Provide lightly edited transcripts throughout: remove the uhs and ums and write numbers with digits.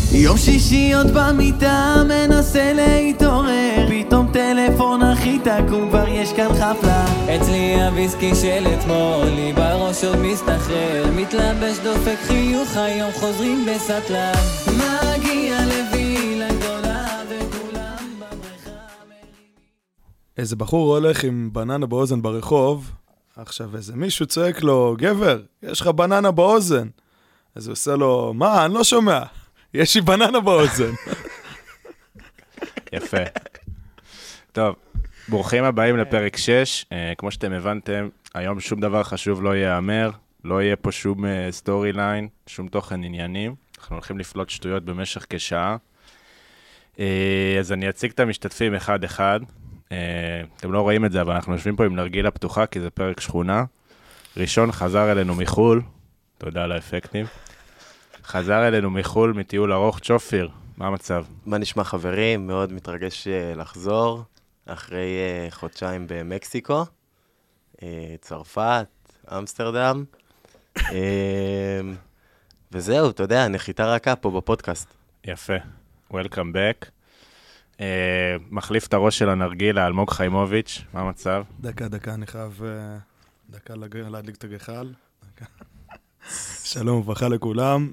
יום שישי עוד במיטה מנסה להתעורר, פתאום טלפון אחי תקום כבר יש כאן חפלה. אצלי הוויסקי של אתמול לי בראש עוד מסתחרר, מתלבש דופק חיוך היום חוזרים בסטלה. מגיע לווילה גדולה וכולם בבריכה מרימים. איזה בחור הולך עם בננה באוזן ברחוב, עכשיו איזה מישהו צועק לו, גבר, יש לך בננה באוזן. אז הוא עושה לו, מה? אני לא שומע. יש לי בננה באוזן. יפה. טוב, ברוכים הבאים לפרק 6. כמו שאתם הבנתם, היום שום דבר חשוב לא ייאמר, לא יהיה פה שום סטורי ליין, שום תוכן עניינים. אנחנו הולכים לפלוט שטויות במשך כשעה. אז אני אציג את המשתתפים אחד-אחד. אתם לא רואים את זה, אבל אנחנו יושבים פה עם נרגילה פתוחה, כי זה פרק שכונה. ראשון חזר אלינו מחול, תודה על האפקטים. חזר אלינו מחול מטיול ארוך, צ'ופיר, מה המצב? מה נשמע חברים? מאוד מתרגש לחזור, אחרי חודשיים במקסיקו, צרפת, אמסטרדם, וזהו, אתה יודע, נחיתה רכה פה בפודקאסט. יפה, Welcome back. מחליף את הראש של הנרגילה, אלמוג חיימוביץ', מה המצב? דקה, אני חייב דקה להדליק את הגחל. שלום וברכה לכולם.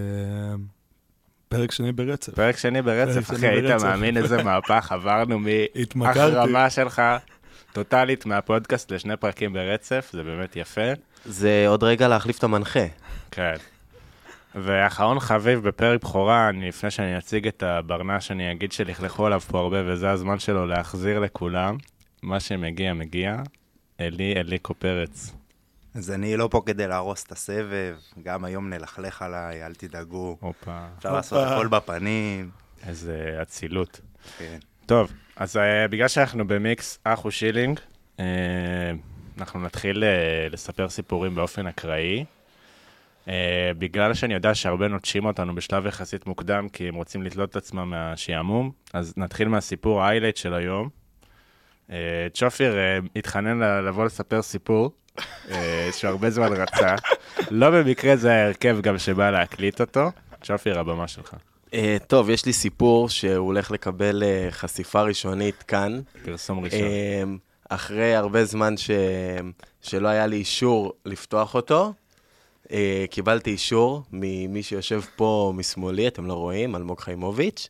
פרק שני ברצף. פרק שני ברצף, אחי, היית מאמין איזה מהפך, עברנו מהחרמה שלך טוטלית מהפודקאסט לשני פרקים ברצף, זה באמת יפה. זה עוד רגע להחליף את המנחה. כן. ואחרון חביב בפרק בחורה, לפני שאני אציג את הברנש, אני אגיד שלכלכו עליו פה הרבה, וזה הזמן שלו להחזיר לכולם. מה שמגיע, מגיע. אליקו פרץ. אז אני לא פה כדי להרוס את הסבב, גם היום נלכלך עליי, אל תדאגו. אפשר לעשות הכל בפנים. איזה אצילות. כן. טוב, אז בגלל שאנחנו במיקס אחו שילינג, אנחנו נתחיל לספר סיפורים באופן אקראי. בגלל שאני יודע שהרבה נוטשים אותנו בשלב יחסית מוקדם, כי הם רוצים לתלות את עצמם מהשעמום, אז נתחיל מהסיפור האיילייט של היום. צ'ופיר התחנן לבוא לספר סיפור, שהרבה זמן רצה. לא במקרה זה ההרכב גם שבא להקליט אותו. צ'ופיר, הבמה שלך. טוב, יש לי סיפור שהוא הולך לקבל חשיפה ראשונית כאן. פרסום ראשון. אחרי הרבה זמן שלא היה לי אישור לפתוח אותו, קיבלתי אישור ממי שיושב פה משמאלי, אתם לא רואים, אלמוג חיימוביץ'.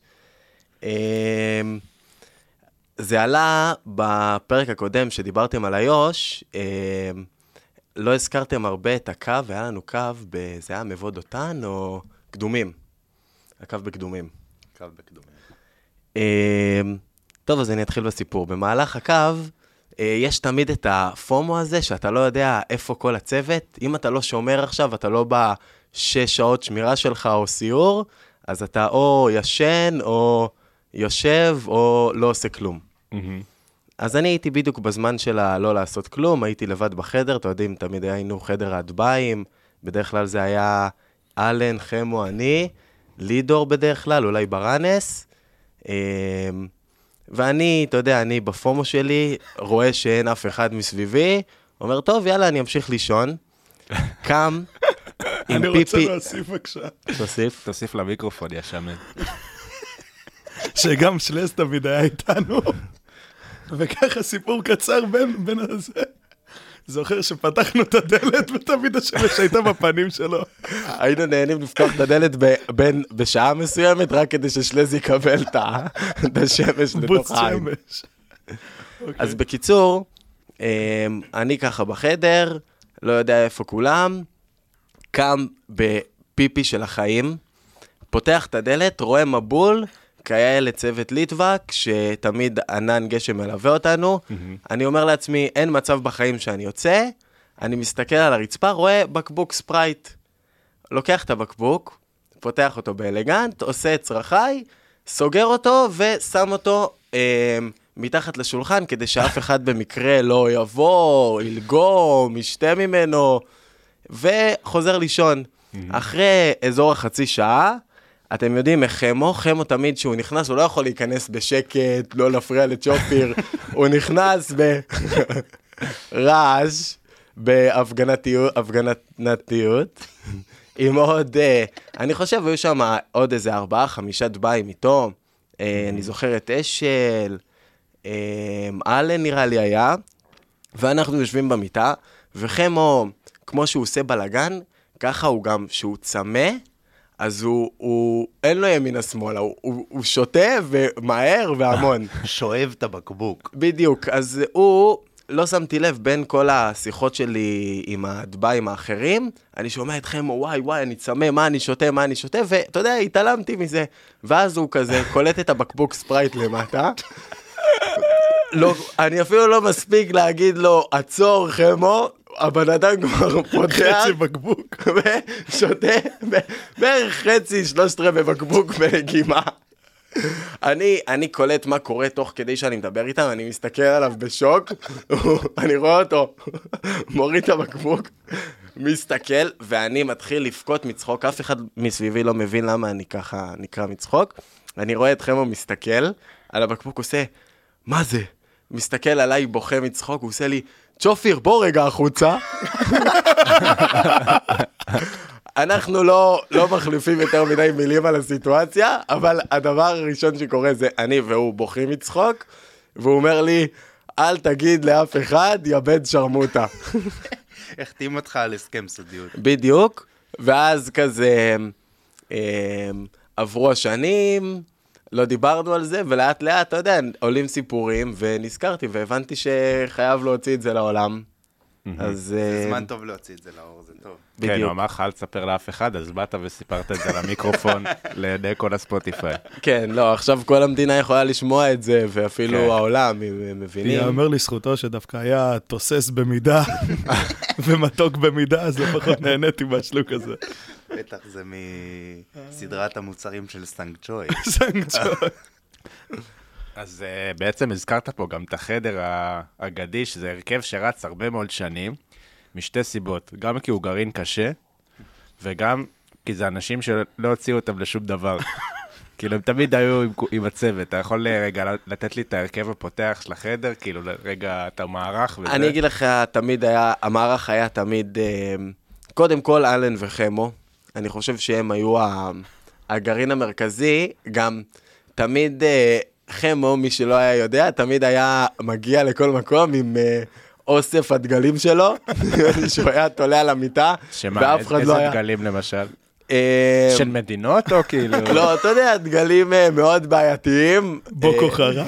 זה עלה בפרק הקודם שדיברתם על איו"ש, לא הזכרתם הרבה את הקו, היה לנו קו, זה היה מבוא דותן או קדומים? הקו בקדומים. קו בקדומים. טוב, אז אני אתחיל בסיפור. במהלך הקו, יש תמיד את הפומו הזה, שאתה לא יודע איפה כל הצוות. אם אתה לא שומר עכשיו, אתה לא בשש שעות שמירה שלך או סיור, אז אתה או ישן או יושב או לא עושה כלום. אז אני הייתי בדיוק בזמן שלה לא לעשות כלום, הייתי לבד בחדר, אתם יודעים, תמיד היינו חדר האדביים, בדרך כלל זה היה אלן, חמו, אני, לידור בדרך כלל, אולי ברנס, ואני, אתה יודע, אני בפומו שלי, רואה שאין אף אחד מסביבי, אומר, טוב, יאללה, אני אמשיך לישון, קם, עם פיפי... אני רוצה להוסיף בבקשה. תוסיף למיקרופון, ישמן. שגם שלס תמיד היה איתנו, וככה סיפור קצר בין הזה. זוכר שפתחנו את הדלת ותמיד השמש הייתה בפנים שלו. היינו נהנים לפתוח את הדלת בשעה מסוימת, רק כדי ששלז יקבל את השמש לתוך העין. אז בקיצור, אני ככה בחדר, לא יודע איפה כולם, קם בפיפי של החיים, פותח את הדלת, רואה מבול, כהיה לצוות ליטווק, שתמיד ענן גשם מלווה אותנו. אני אומר לעצמי, אין מצב בחיים שאני יוצא, אני מסתכל על הרצפה, רואה בקבוק ספרייט. לוקח את הבקבוק, פותח אותו באלגנט, עושה את צרכי, סוגר אותו ושם אותו מתחת לשולחן, כדי שאף אחד במקרה לא יבוא, ילגום, ישתה ממנו, וחוזר לישון. אחרי אזור החצי שעה, אתם יודעים, חמו תמיד שהוא נכנס, הוא לא יכול להיכנס בשקט, לא להפריע לצ'ופיר, הוא נכנס ברעש, בהפגנתיות, עם עוד, אני חושב, היו שם עוד איזה 4-5 דביים איתו, אני זוכר את אשל, אלן נראה לי היה, ואנחנו יושבים במיטה, וחמו, כמו שהוא עושה בלגן, ככה הוא גם, שהוא צמא, אז הוא אין לו ימינה שמאלה, הוא שותה ומהר והמון. שואב את הבקבוק. בדיוק, אז הוא, לא שמתי לב בין כל השיחות שלי עם הדביים האחרים, אני שומע אתכם, וואי, אני צמא, מה אני שותה, ואתה יודע, התעלמתי מזה. ואז הוא כזה קולט את הבקבוק ספרייט למטה, לא, אני אפילו לא מספיק להגיד לו, עצור חמו, הבן אדם כבר פותח, חצי בקבוק, ושותה בערך חצי, 3/4 בקבוק בנגימה. אני קולט מה קורה תוך כדי שאני מדבר איתם, אני מסתכל עליו בשוק, אני רואה אותו, מוריד את הבקבוק, מסתכל, ואני מתחיל לפקוט מצחוק, אף אחד מסביבי לא מבין למה אני ככה נקרא מצחוק, אני רואה אתכם הוא מסתכל, על הבקבוק עושה, מה זה? מסתכל עליי, בוכה מצחוק, הוא עושה לי, צ'ופיר, בוא רגע החוצה. אנחנו לא מחליפים יותר מדי מילים על הסיטואציה, אבל הדבר הראשון שקורה זה אני והוא בוכים מצחוק, והוא אומר לי, אל תגיד לאף אחד, יא בן שרמוטה. החתים אותך על הסכם סודיות. בדיוק, ואז כזה עברו השנים, לא דיברנו על זה, ולאט לאט, אתה יודע, עולים סיפורים, ונזכרתי, והבנתי שחייב להוציא את זה לעולם. אז... זה זמן טוב להוציא את זה לאור, זה טוב. כן, הוא אמר לך, אל תספר לאף אחד, אז באת וסיפרת את זה למיקרופון, לידי כל הספוטיפיי. כן, לא, עכשיו כל המדינה יכולה לשמוע את זה, ואפילו העולם, הם מבינים. יאמר לזכותו שדווקא היה תוסס במידה, ומתוק במידה, אז לפחות נהניתי מהשלוק הזה. בטח זה מסדרת המוצרים של סנגצ'וי. סנגצ'וי. אז בעצם הזכרת פה גם את החדר האגדי, שזה הרכב שרץ הרבה מאוד שנים, משתי סיבות, גם כי הוא גרעין קשה, וגם כי זה אנשים שלא הוציאו אותם לשום דבר. כאילו, הם תמיד היו עם הצוות. אתה יכול רגע לתת לי את ההרכב הפותח של החדר, כאילו, רגע, את המערך וזה. אני אגיד לך, תמיד היה, המערך היה תמיד, קודם כל, אלן וחמו. אני חושב שהם היו הגרעין המרכזי, גם תמיד חמו, מי שלא היה יודע, תמיד היה מגיע לכל מקום עם אוסף הדגלים שלו, שהוא היה תולה על המיטה, ואף אחד לא היה... איזה דגלים למשל? של מדינות או כאילו? לא, אתה יודע, דגלים מאוד בעייתיים. בוקו חרם.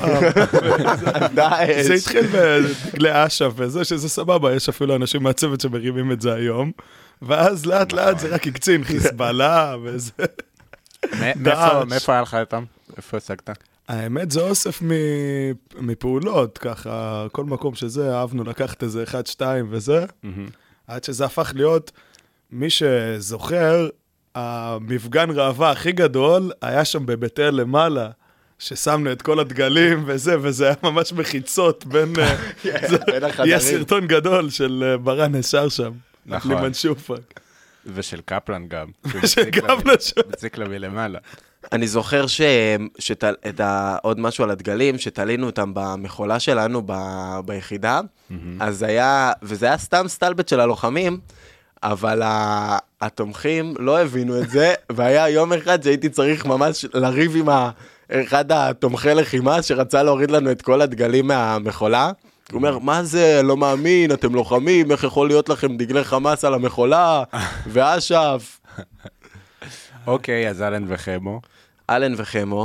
זה התחיל בדגלי אש"ף וזה, שזה סבבה, יש אפילו אנשים מהצוות שמרימים את זה היום, ואז לאט לאט זה רק הקצין חיזבאללה וזה. מאיפה היה לך אותם? איפה השגת? האמת זה אוסף מפעולות, ככה, כל מקום שזה, אהבנו לקחת איזה 1-2 וזה, עד שזה הפך להיות, מי שזוכר, המפגן ראווה הכי גדול, היה שם בבית אל למעלה, ששמנו את כל הדגלים וזה היה ממש מחיצות בין יש סרטון גדול של ברן נשר שם, לימן שופק. ושל קפלן גם. של קפלן שם. בציקלה מלמעלה. אני זוכר עוד משהו על הדגלים, שתלינו אותם במחולה שלנו ביחידה, אז היה, וזה היה סתם סטלבט של הלוחמים, אבל התומכים לא הבינו את זה, והיה יום אחד שהייתי צריך ממש לריב עם אחד התומכי לחימה, שרצה להוריד לנו את כל הדגלים מהמחולה, הוא אומר, מה זה, לא מאמין, אתם לוחמים, איך יכול להיות לכם דגלי חמאס על המחולה, ואש"ף. אוקיי, אז אלן וחמו. אלן וחמו,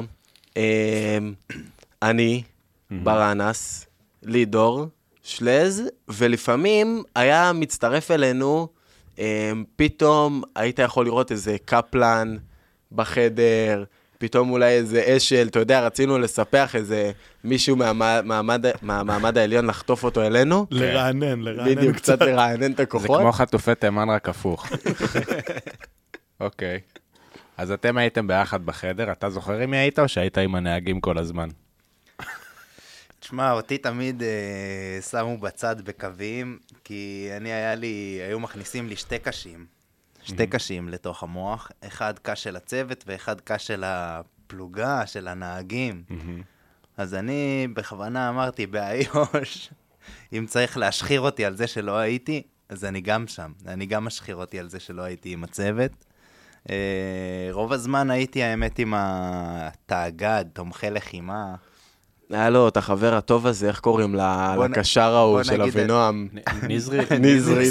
אני, ברנס, לידור, שלז, ולפעמים היה מצטרף אלינו, פתאום היית יכול לראות איזה קפלן בחדר, פתאום אולי איזה אשל, אתה יודע, רצינו לספח איזה מישהו מהמעמד העליון לחטוף אותו אלינו. לרענן. בדיוק, קצת לרענן את הכוחות. זה כמו חטופי תימן רק הפוך. אוקיי. אז אתם הייתם ביחד בחדר, אתה זוכר עם מי היית או שהיית עם הנהגים כל הזמן? תשמע, אותי תמיד שמו בצד בקווים, כי היו מכניסים לי שתי קשים לתוך המוח, אחד קש של הצוות ואחד קש של הפלוגה, של הנהגים. אז אני בכוונה אמרתי באיו"ש, אם צריך להשחיר אותי על זה שלא הייתי, אז אני גם שם. אני גם משחיר אותי על זה שלא הייתי עם הצוות. רוב הזמן הייתי, האמת, עם התאגד, תומכי לחימה. היה לו את החבר הטוב הזה, איך קוראים לקשר ההוא של אבינועם? נזרית. נזרית.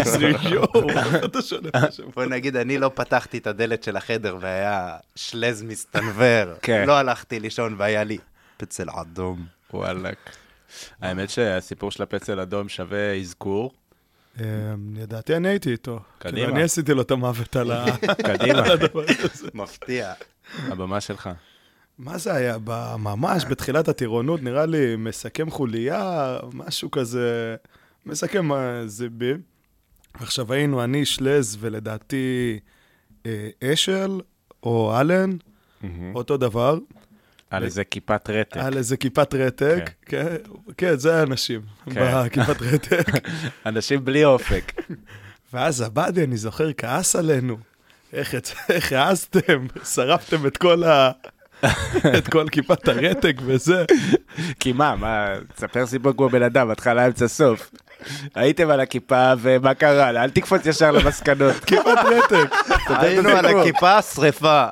בוא נגיד, אני לא פתחתי את הדלת של החדר והיה שלז מסתנבר. לא הלכתי לישון והיה לי פצל אדום. וואלק. האמת שהסיפור של הפצל אדום שווה אזכור. ידעתי, אני הייתי איתו. קדימה. אני עשיתי לו את המוות על הדבר הזה. מפתיע. הבמה שלך. מה זה היה? ממש בתחילת הטירונות, נראה לי מסכם חוליה, משהו כזה, מסכם זיבי. עכשיו היינו אני, שלז, ולדעתי אשל או אלן, אותו דבר. על איזה כיפת רתק. על איזה כיפת רתק, כן, זה האנשים, בכיפת רתק. אנשים בלי אופק. ואז עבדי, אני זוכר, כעס עלינו. איך העזתם? שרפתם את כל כיפת הרתק וזה. כי מה, תספר סיפור כמו בן אדם, התחלה אמצע סוף. הייתם על הכיפה, ומה קרה? אל תקפוץ ישר למסקנות. כיפת רתק. היינו על הכיפה, שריפה.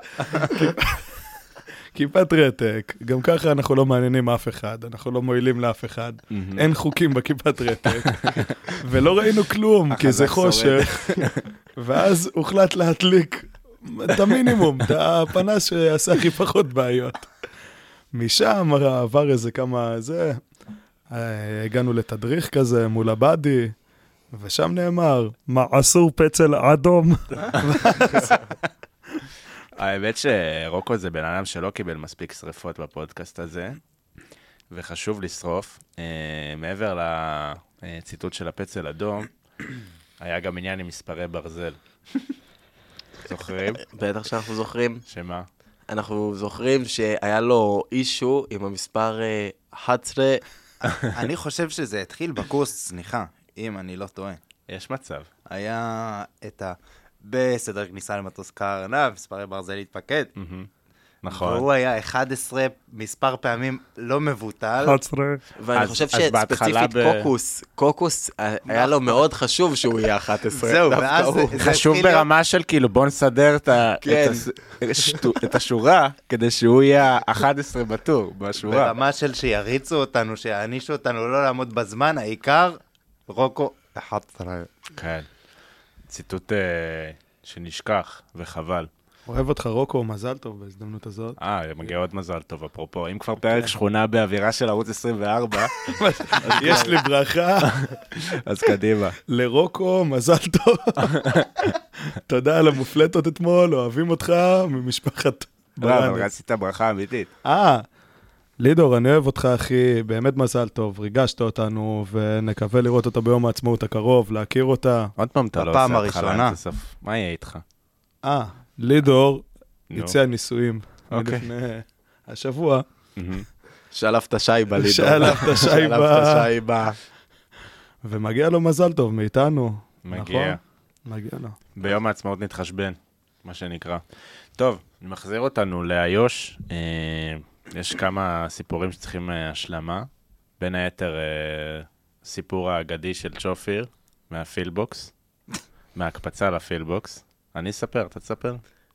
כיפת רתק. גם ככה אנחנו לא מעניינים אף אחד, אנחנו לא מועילים לאף אחד. אין חוקים בכיפת רתק. ולא ראינו כלום, כי זה חושך. ואז הוחלט להדליק את המינימום, את הפנס שעשה הכי פחות בעיות. משם עבר איזה כמה זה, הגענו לתדריך כזה מול הבאדי, ושם נאמר, מה אסור פצל אדום? האמת שרוקו זה בן אדם שלא קיבל מספיק שריפות בפודקאסט הזה, וחשוב לשרוף. מעבר לציטוט של הפצל אדום, היה גם עניין עם מספרי ברזל. זוכרים? בטח שאנחנו זוכרים. שמה? אנחנו זוכרים שהיה לו אישו עם המספר 11. אני חושב שזה התחיל בקורס צניחה, אם אני לא טועה. יש מצב. היה את בסדר כניסה למטוס קרנף, מספרי ברזל להתפקד. נכון. והוא היה 11 מספר פעמים לא מבוטל. 11. ואני חושב שספציפית קוקוס היה לו מאוד חשוב שהוא יהיה 11. זהו, ואז חשוב ברמה של כאילו בוא נסדר את השורה, כדי שהוא יהיה 11 בטור, בשורה. ברמה של שיריצו אותנו, שיענישו אותנו לא לעמוד בזמן, העיקר, רוקו 11. כן. ציטוט שנשכח, וחבל. אוהב אותך רוקו, מזל טוב בהזדמנות הזאת. מגיע עוד מזל טוב, אפרופו. אם כבר פרק שכונה באווירה של ערוץ 24, יש לי ברכה. אז קדימה. לרוקו, מזל טוב. תודה על המופלטות אתמול, אוהבים אותך ממשפחת ברנס. אבל רצית ברכה אמיתית. לידור, אני אוהב אותך, אחי, באמת מזל טוב, ריגשת אותנו, ונקווה לראות אותה ביום העצמאות הקרוב, להכיר אותה. עוד פעם אתה לא עושה התחלה. מה יהיה איתך? לידור יצא ניסויים לפני השבוע. שלפת שייבה, לידור. שלפת שייבה. ומגיע לו מזל טוב מאיתנו. מגיע. מגיע לו. ביום העצמאות נתחשבן, מה שנקרא. טוב, אני מחזיר אותנו לאיוש. יש כמה סיפורים שצריכים השלמה. בין היתר, סיפור האגדי של צ'ופיר, מהפילבוקס, מהקפצה לפילבוקס. אני אספר, אתה תספר?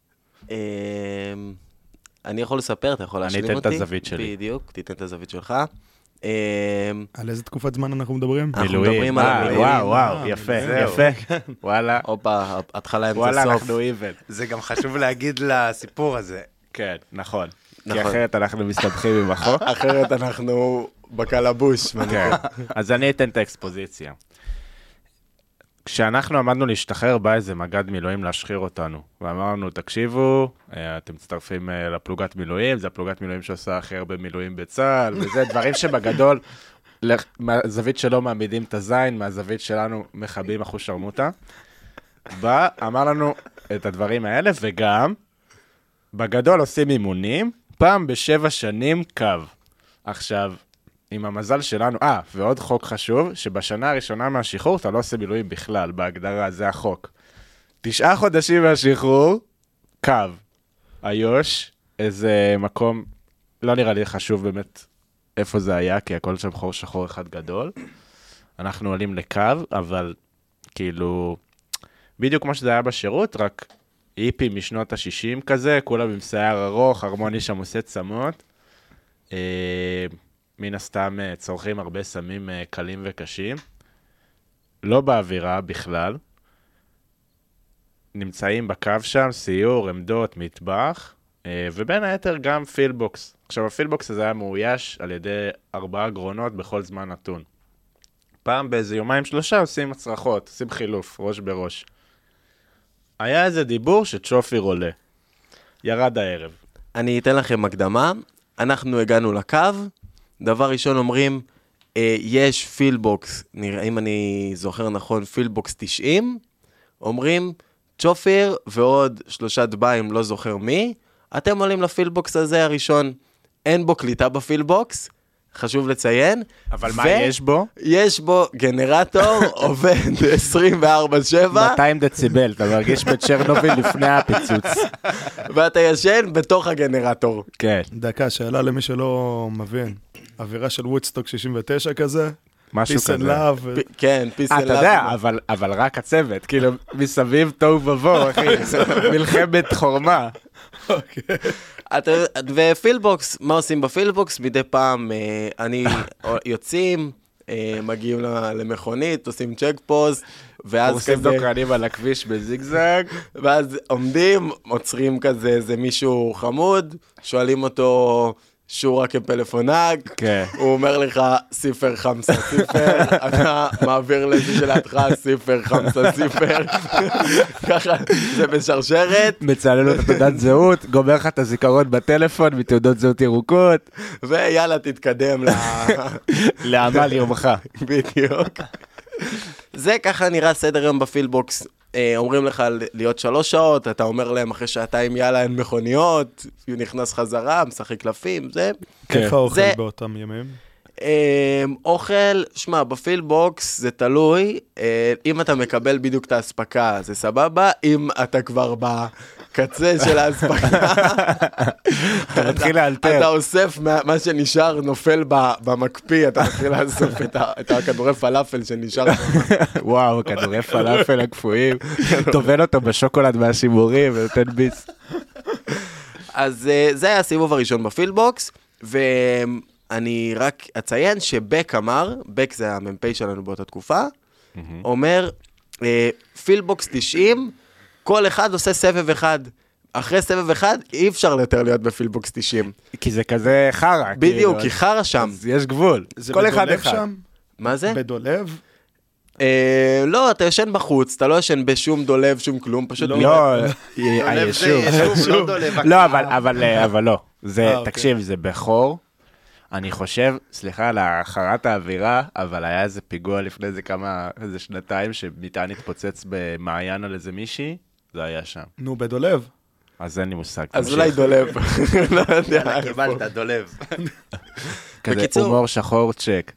אני יכול לספר, אתה יכול להשלים אותי. אני אתן את הזווית שלי. בדיוק, תיתן את הזווית שלך. על איזה תקופת זמן אנחנו מדברים? אנחנו מדברים על המילואים. וואו, יפה, יפה. וואלה. הופה, התחלה אמצע סוף. וואלה, אנחנו איבן. זה גם חשוב להגיד לסיפור הזה. כן, נכון. כי אחרת אנחנו מסתבכים עם החוק. אחרת אנחנו בקלבוש. אז אני אתן את האקספוזיציה. כשאנחנו עמדנו להשתחרר, בא איזה מגד מילואים להשחיר אותנו. ואמרנו, תקשיבו, אתם מצטרפים לפלוגת מילואים, זה הפלוגת מילואים שעושה הכי הרבה מילואים בצה"ל, וזה דברים שבגדול, מהזווית שלו מעמידים את הזין, מהזווית שלנו מכבים אחוז שרמוטה. בא, אמר לנו את הדברים האלה, וגם, בגדול עושים אימונים, פעם ב7 שנים קו. עכשיו, עם המזל שלנו, ועוד חוק חשוב, שבשנה הראשונה מהשחרור אתה לא עושה מילואים בכלל, בהגדרה, זה החוק. 9 חודשים מהשחרור, קו. איוש, איזה מקום, לא נראה לי חשוב באמת איפה זה היה, כי הכל שם חור שחור אחד גדול. אנחנו עולים לקו, אבל כאילו, בדיוק כמו שזה היה בשירות, רק היפי משנות ה-60 כזה, כולם עם שיער ארוך, הרמוני שם עושה צמות. מן הסתם צורכים הרבה סמים קלים וקשים. לא באווירה בכלל. נמצאים בקו שם, סיור, עמדות, מטבח, ובין היתר גם פילבוקס. עכשיו, הפילבוקס הזה היה מאויש על ידי 4 גרונות בכל זמן נתון. פעם באיזה 2-3 עושים הצרחות, עושים חילוף, ראש בראש. היה איזה דיבור שצ'ופיר עולה. ירד הערב. אני אתן לכם הקדמה. אנחנו הגענו לקו. דבר ראשון אומרים, יש פילבוקס, אם אני זוכר נכון, פילבוקס 90. אומרים, צ'ופיר ועוד 3 דביים, לא זוכר מי. אתם עולים לפילבוקס הזה הראשון. אין בו קליטה בפילבוקס. חשוב לציין. אבל מה יש בו? יש בו גנרטור, עובד 24/7. 200 דציבל, אתה מרגיש בצ'רנוביל לפני הפיצוץ. ואתה ישן בתוך הגנרטור. כן. דקה, שאלה למי שלא מבין. אווירה של וודסטוק 69 כזה? משהו כזה. פיס אנד לאב. כן, פיס אנד לאב. אתה יודע, אבל רק הצוות, כאילו, מסביב תוהו ובוהו, אחי. מלחמת חורמה. אוקיי. ופילבוקס, מה עושים בפילבוקס? מדי פעם יוצאים, מגיעים למכונית, עושים צ'ק פוסט, ואז עושים כזה... דוקרנים על הכביש בזיגזג. ואז עומדים, עוצרים כזה איזה מישהו חמוד, שואלים אותו... שורה כפלאפונק, הוא אומר לך, סיפר חמסה סיפר, אתה מעביר לזה שלעתך, סיפר חמסה סיפר, ככה זה בשרשרת. מצלם לו את תעודת זהות, גומר לך את הזיכרון בטלפון, מתעודות זהות ירוקות. ויאללה, תתקדם לעמל יומך. בדיוק. זה ככה נראה סדר יום בפילבוקס. אומרים לך להיות 3 שעות, אתה אומר להם אחרי 2 יאללה אין מכוניות, הוא נכנס חזרה, משחק קלפים, זה... איך האוכל באותם ימים? אוכל, שמע, בפילבוקס זה תלוי, אם אתה מקבל בדיוק את ההספקה, זה סבבה, אם אתה כבר בקצה של ההספקה, אתה מתחיל לאלתר. אתה אוסף מה שנשאר, נופל במקפיא, אתה מתחיל לאסוף את הכדורי פלאפל שנשאר. וואו, כדורי פלאפל הקפואים, טובל אותו בשוקולד מהשימורים ונותן ביס. אז זה היה הסיבוב הראשון בפילבוקס, אני רק אציין שבק אמר, בק זה המ"פ שלנו באותה תקופה, אומר, פילבוקס 90, כל אחד עושה סבב אחד. אחרי סבב אחד, אי אפשר יותר להיות בפילבוקס 90. כי זה כזה חרה. בדיוק, כי חרה שם. אז יש גבול. כל אחד אחד. מה זה? בדולב? לא, אתה ישן בחוץ, אתה לא ישן בשום דולב, שום כלום, פשוט... לא, הישוב, לא דולב. לא, אבל לא. תקשיב, זה בחור. אני חושב, סליחה על החרת האווירה, אבל היה איזה פיגוע לפני איזה 2 שמיטה נתפוצץ במעיין על איזה מישהי, זה היה שם. נו, בדולב. אז אין לי מושג. אז אולי דולב. יאללה, קיבלת, דולב. כזה הומור שחור צ'ק.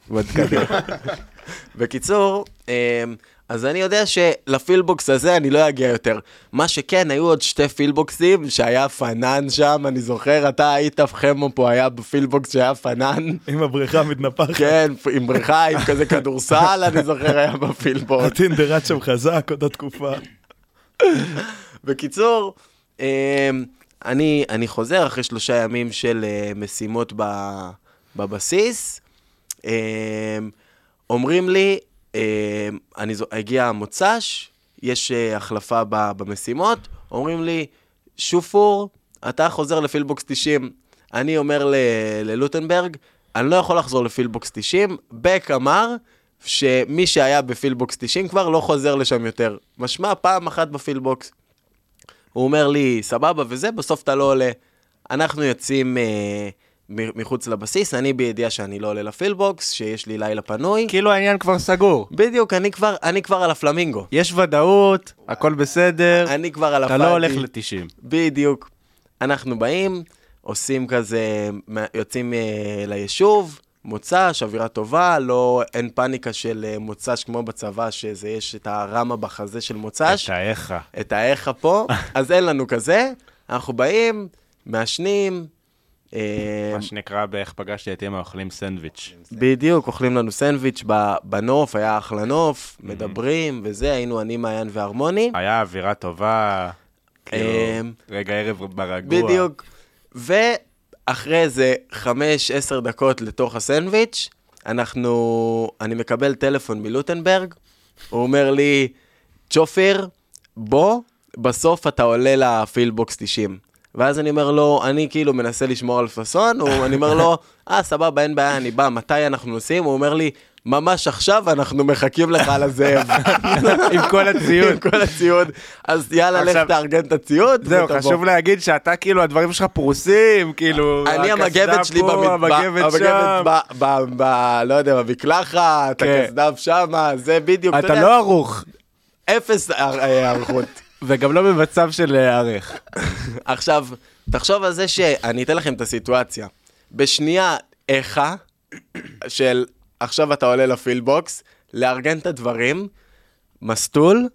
בקיצור, אז אני יודע שלפילבוקס הזה אני לא אגיע יותר. מה שכן, היו עוד 2 פילבוקסים שהיה פנן שם, אני זוכר, אתה היית חמו פה, היה בפילבוקס שהיה פנן. עם הבריכה מתנפחת. כן, עם בריכה, עם כזה כדורסל, אני זוכר, היה בפילבוקס. הטינדר שם חזק, אותה תקופה. בקיצור, אני חוזר אחרי 3 ימים של משימות בבסיס. אומרים לי, הגיע המוצ"ש, יש החלפה במשימות, אומרים לי, שופור, אתה חוזר לפילבוקס 90. אני אומר ללוטנברג, אני לא יכול לחזור לפילבוקס 90, בק אמר שמי שהיה בפילבוקס 90 כבר לא חוזר לשם יותר. משמע פעם אחת בפילבוקס. הוא אומר לי, סבבה וזה, בסוף אתה לא עולה. אנחנו יוצאים מחוץ לבסיס, אני בידיעה שאני לא עולה לפילבוקס, שיש לי לילה פנוי. כאילו העניין כבר סגור. בדיוק, אני כבר על הפלמינגו. יש ודאות, הכל בסדר. אני כבר על הפאדי. אתה לא הולך ל-90. בדיוק. אנחנו באים, עושים כזה, יוצאים ליישוב, מוצ"ש, אווירה טובה, לא, אין פאניקה של מוצ"ש כמו בצבא, שזה יש את הרמה בחזה של מוצ"ש. את האיכה פה, אז אין לנו כזה. אנחנו באים, מעשנים, מה שנקרא באיך פגשתי את אמא, אוכלים סנדוויץ'. בדיוק, אוכלים לנו סנדוויץ' בנוף, היה אחלה נוף, מדברים וזה, היינו אני, מעיין והרמוני. היה אווירה טובה. רגע ערב ברגוע. בדיוק. ואחרי איזה 5-10 דקות לתוך הסנדוויץ', אני מקבל טלפון מלוטנברג, הוא אומר לי, צ'ופיר, בוא, בסוף אתה עולה לפילבוקס 90. ואז אני אומר לו, אני כאילו מנסה לשמור על פסון, אני אומר לו, סבבה, אין בעיה, אני בא, מתי אנחנו נוסעים? הוא אומר לי, ממש עכשיו אנחנו מחכים לך על הזאב. עם כל הציוד. עם כל הציוד. אז יאללה, לך תארגן את הציוד. זהו, חשוב להגיד שאתה כאילו, הדברים שלך פרוסים, כאילו, אני המגבת שלי המגבת שם. לא יודע, במקלחת, הכסדב שם, זה בדיוק. אתה לא ערוך. אפס ערכות. וגם לא במצב של ערך. עכשיו, תחשוב על זה שאני אתן לכם את הסיטואציה. בשנייה איכה של עכשיו אתה עולה לפילבוקס, לארגן את הדברים, מסטול,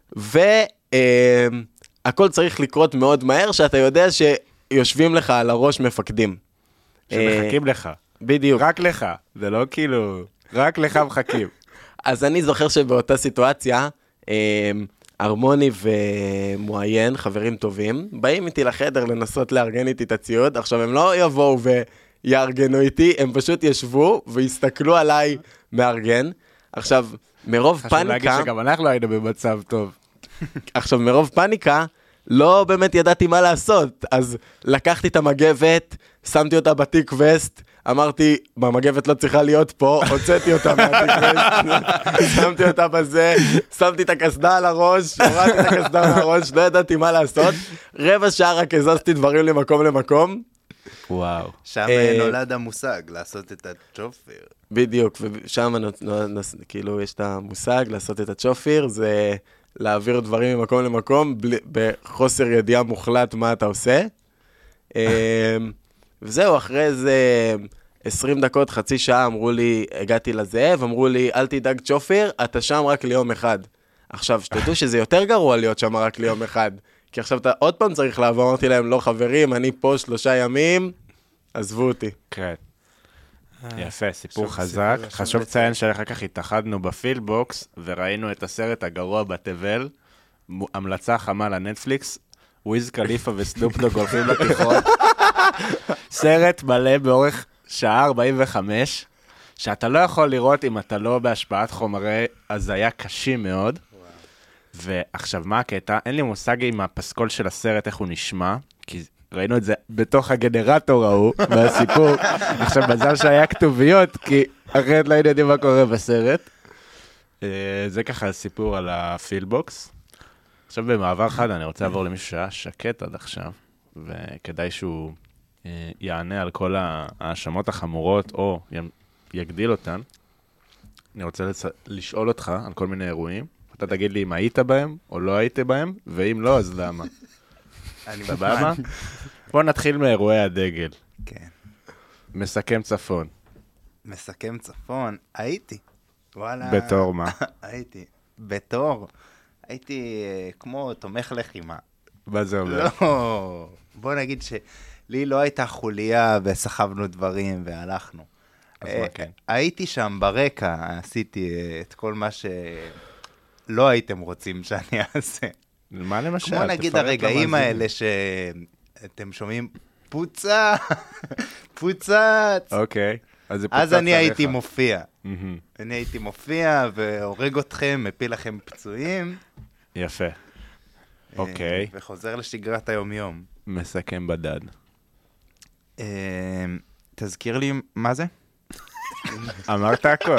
והכל צריך לקרות מאוד מהר, שאתה יודע שיושבים לך על הראש מפקדים. שמחכים לך. בדיוק. רק לך. זה לא כאילו, רק לך מחכים. אז אני זוכר שבאותה סיטואציה, ארמוני ומואיין, חברים טובים, באים איתי לחדר לנסות לארגן איתי את הציוד, עכשיו הם לא יבואו ויארגנו איתי, הם פשוט ישבו והסתכלו עליי מארגן. עכשיו, מרוב פאניקה... חשוב להגיד שגם אנחנו היינו במצב טוב. עכשיו, מרוב פאניקה, לא באמת ידעתי מה לעשות, אז לקחתי את המגבת, שמתי אותה בתיק וסט, אמרתי, המגבת לא צריכה להיות פה, הוצאתי אותה מהתיק וסט, שמתי אותה בזה, שמתי את הקסדה על הראש, הורדתי את הקסדה על הראש, לא ידעתי מה לעשות, רבע שעה רק הזזתי דברים למקום למקום. וואו. שם נולד המושג, לעשות את הצ'ופיר. בדיוק, ושם כאילו יש את המושג, לעשות את הצ'ופיר, זה להעביר דברים ממקום למקום, בחוסר ידיעה מוחלט מה אתה עושה. וזהו, אחרי איזה 20 דקות, חצי שעה, אמרו לי, הגעתי לזאב, אמרו לי, אל תדאג צ'ופיר, אתה שם רק ליום אחד. עכשיו, שתדעו שזה יותר גרוע להיות שם רק ליום אחד, כי עכשיו אתה עוד פעם צריך לעבור, אמרתי להם, לא חברים, אני פה 3 ימים, עזבו אותי. כן. יפה, סיפור חזק. חשוב לציין שאחר כך התאחדנו בפילבוקס, וראינו את הסרט הגרוע בתבל, המלצה חמה לנטפליקס, וויז קליפה וסנופ-דוג הולכים לתיכון. סרט מלא באורך שעה 45, שאתה לא יכול לראות אם אתה לא בהשפעת חומרי הזיה קשים מאוד. ועכשיו, מה הקטע? אין לי מושג עם הפסקול של הסרט, איך הוא נשמע, כי ראינו את זה בתוך הגנרטור ההוא, מהסיפור. עכשיו, מזל שהיה כתוביות, כי אחרת לא היינו יודעים מה קורה בסרט. זה ככה הסיפור על הפילבוקס. עכשיו, במעבר חד, אני רוצה לעבור למישהו שהיה שקט עד עכשיו, וכדאי שהוא יענה על כל האשמות החמורות, או יגדיל אותן. אני רוצה לשאול אותך על כל מיני אירועים. אתה תגיד לי אם היית בהם, או לא היית בהם, ואם לא, אז למה? אני סבבה? בוא נתחיל מאירועי הדגל. כן. מסכם צפון. מסכם צפון? הייתי. וואלה. בתור מה? הייתי כמו תומך לחימה. מה זה אומר? לא, בוא נגיד שלי לא הייתה חוליה וסחבנו דברים והלכנו. אז מה כן? הייתי שם ברקע, עשיתי את כל מה שלא הייתם רוצים שאני אעשה. מה למשל? כמו נגיד הרגעים האלה שאתם שומעים פוצץ. אוקיי. אז אני הייתי מופיע. אני הייתי מופיע והורג אתכם, מפיל לכם פצועים. יפה. אוקיי. וחוזר לשגרת היום-יום. מסכם בדד. תזכיר לי מה זה? אמרת הכל.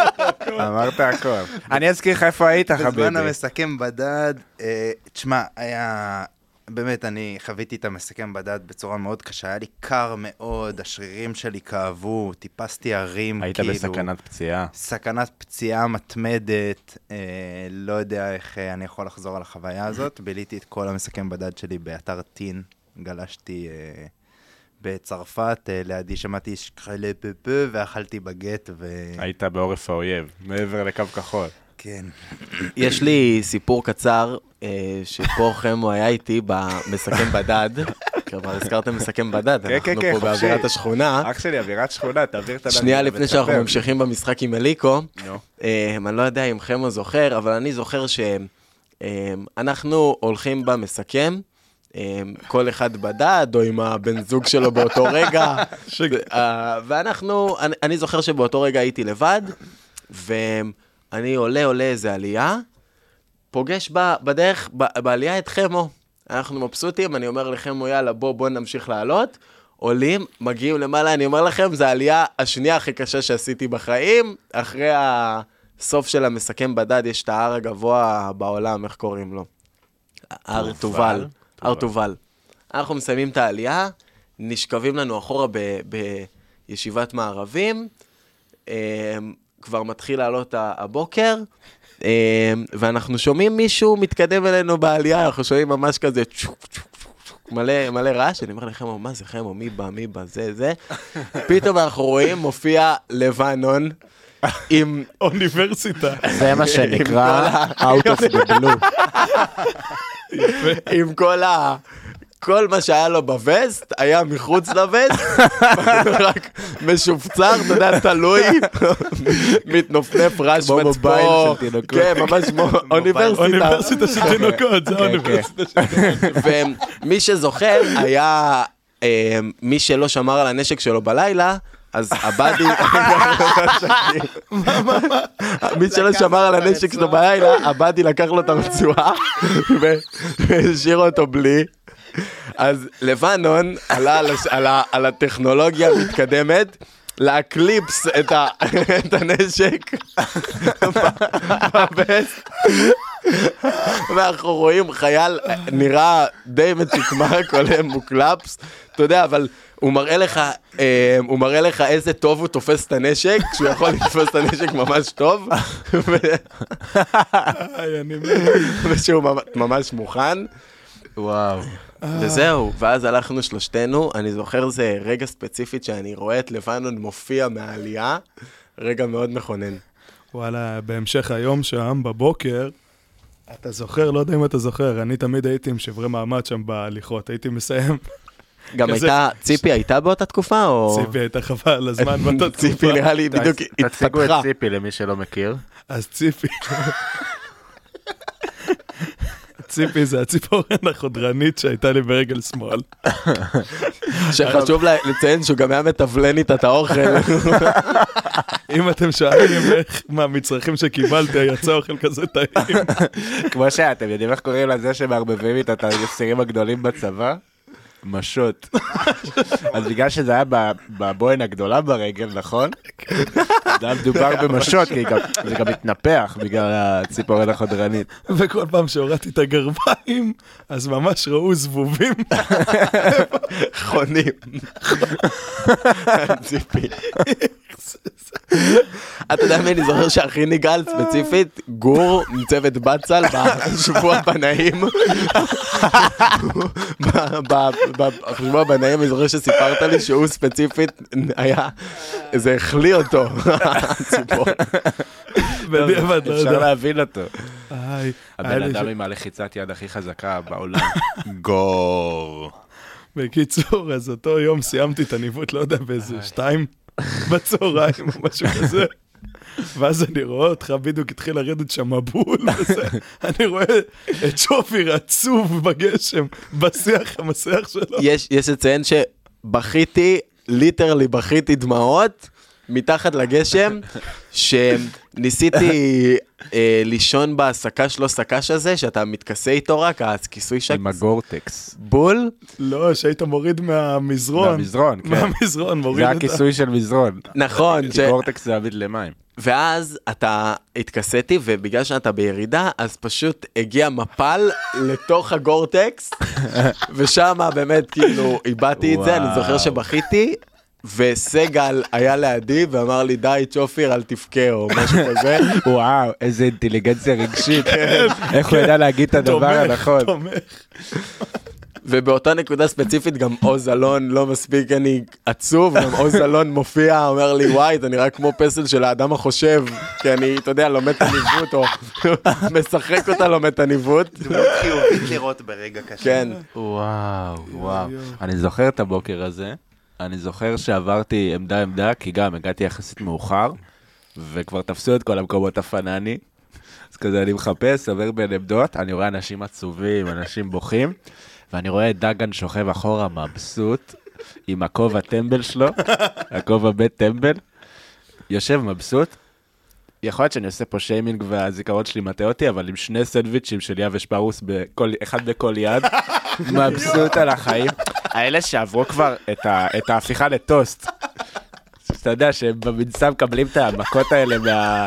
אני אזכיר לך איפה היית, חביבי. בזמן המסכם בדד, תשמע, היה... באמת, אני חוויתי את המסכם בדד בצורה מאוד קשה, היה לי קר מאוד, השרירים שלי כאבו, טיפסתי הרים, היית בסכנת פציעה. סכנת פציעה מתמדת, לא יודע איך אני יכול לחזור על החוויה הזאת, ביליתי את כל המסכם בדד שלי באתר טין, גלשתי בצרפת, לידי שמעתי שקרלה פפה, ואכלתי בגט היית בעורף האויב, מעבר לקו כחול. כן. יש לי סיפור קצר, שפה חמו היה איתי במסכם בדד, כלומר, הזכרתם מסכם בדד, אנחנו פה באווירת השכונה. אח שלי, אווירת שכונה, תעביר את הדד. שנייה לפני שאנחנו ממשיכים במשחק עם אליקו, אני לא יודע אם חמו זוכר, אבל אני זוכר שאנחנו הולכים במסכם, כל אחד בדד, או עם הבן זוג שלו באותו רגע. ואנחנו, אני זוכר שבאותו רגע הייתי לבד, ואני עולה איזה עלייה, פוגש בדרך, בעלייה את חמו. אנחנו מבסוטים, אני אומר לכם, יאללה, בוא נמשיך לעלות. עולים, מגיעים למעלה, אני אומר לכם, זו העלייה השנייה הכי קשה שעשיתי בחיים. אחרי הסוף של המסכם בדד, יש את ההר הגבוה בעולם, איך קוראים לו? הר תובל. הר תובל. אנחנו מסיימים את העלייה, נשכבים לנו אחורה בישיבת מערבים, כבר מתחיל לעלות הבוקר, ואנחנו שומעים מישהו מתקדם אלינו בעלייה, אנחנו שומעים ממש כזה מלא רעש, אני אומר לכם, מה זה חמו, מי בא, זה. פתאום אנחנו רואים, מופיע לבנון עם אוניברסיטה. זה מה שנקרא out of the blue. עם כל מה שהיה לו בווסט, היה מחוץ לווסט, רק משופצר, אתה יודע, תלוי, מתנופנף רש מצפור, כן, ממש אוניברסיטה. אוניברסיטה של תינוקות, זה אוניברסיטה של תינוקות. ומי שזוכר היה, מי שלא שמר על הנשק שלו בלילה, אז הבאדי, מי שלא שמר על הנשק שלו בלילה, הבאדי לקח לו את הרצועה, והשאיר אותו בלי. אז לבנון עלה על הטכנולוגיה המתקדמת, להקליפס את הנשק בבסט, ואנחנו רואים חייל נראה די מצ'קמק, עולה מוקלפס, אתה יודע, אבל הוא מראה לך איזה טוב הוא תופס את הנשק, כשהוא יכול לתפוס את הנשק ממש טוב, ושהוא ממש מוכן. וואו. וזהו, ואז הלכנו שלושתנו, אני זוכר זה רגע ספציפית שאני רואה את לבנון מופיע מהעלייה, רגע מאוד מכונן. וואלה, בהמשך היום שם, בבוקר, אתה זוכר, לא יודע אם אתה זוכר, אני תמיד הייתי עם שברי מעמד שם בהליכות, הייתי מסיים. גם הייתה, ציפי הייתה באותה תקופה, או? ציפי הייתה חבל על הזמן באותה תקופה. ציפי נראה לי בדיוק התפתחה. תציגו את ציפי למי שלא מכיר. אז ציפי... ציפי זה הציפורן החודרנית שהייתה לי ברגל שמאל. שחשוב לציין שהוא גם היה מתבלן איתה את האוכל. אם אתם שואלים איך מהמצרכים שקיבלתי יצא אוכל כזה טעים. כמו שאתם יודעים איך קוראים לזה שמערבבים איתה את הסירים הגדולים בצבא? משות. אז בגלל שזה היה בבוין הגדולה ברגל, נכון? זה היה מדובר במשות, כי זה גם מתנפח בגלל הציפורן החודרנית. וכל פעם שהורדתי את הגרביים, אז ממש ראו זבובים. חונים. ציפי. אתה יודע מי, אני זוכר שהכי נגעל ספציפית, גור מצוות בצל בשבוע בנאים. בשבוע בנאים אני זוכר שסיפרת לי שהוא ספציפית היה, זה החליא אותו, הציפור. אפשר להבין אותו. הבן אדם עם הלחיצת יד הכי חזקה בעולם. גור. בקיצור, אז אותו יום סיימתי את הניווט, לא יודע, באיזה 2 בצהריים או משהו כזה. ואז אני רואה אותך, בדיוק התחיל לרדת שם מבול, אני רואה את שופיר עצוב בגשם, המסיח שלו. יש לציין שבכיתי, ליטרלי בכיתי דמעות, מתחת לגשם, שניסיתי לישון בסקש לא סקש הזה, שאתה מתכסה איתו רק, הכיסוי שק. עם הגורטקס. בול? לא, שהיית מוריד מהמזרון. מהמזרון, כן. מהמזרון, מוריד זה הכיסוי של מזרון. נכון. גורטקס זה עביד למים. ואז אתה התכסיתי, ובגלל שאתה בירידה, אז פשוט הגיע מפל לתוך הגורטקס, ושם באמת כאילו איבדתי את זה, אני זוכר שבכיתי, וסגל היה לידי ואמר לי, די צ'ופיר, אל תבכה, או משהו כזה. וואו, איזה אינטליגנציה רגשית. איך הוא ידע להגיד את הדבר הנכון. תומך. ובאותה נקודה ספציפית גם עוז אלון לא מספיק, אני עצוב, גם עוז אלון מופיע, אומר לי, וואי, זה נראה כמו פסל של האדם החושב, כי אני, אתה יודע, לומד את הניווט, או משחק אותה לומד את הניווט. דמות חיובית לראות ברגע קשה. כן. וואו. אני זוכר את הבוקר הזה, אני זוכר שעברתי עמדה, כי גם הגעתי יחסית מאוחר, וכבר תפסו את כל המקומות הפנני, אז כזה אני מחפש, עובר בין עמדות, אני רואה אנשים עצובים, אנשים בוכים, ואני רואה את דגן שוכב אחורה מבסוט, עם הכובע טמבל שלו, הכובע בית טמבל, יושב מבסוט, יכול להיות שאני עושה פה שיימינג והזיכרון שלי מטעה אותי, אבל עם 2 סנדוויצ'ים של יבש פרוס, אחד בכל יד, מבסוט על החיים. האלה שעברו כבר את ההפיכה לטוסט. אתה יודע שבמנסה מקבלים את המכות האלה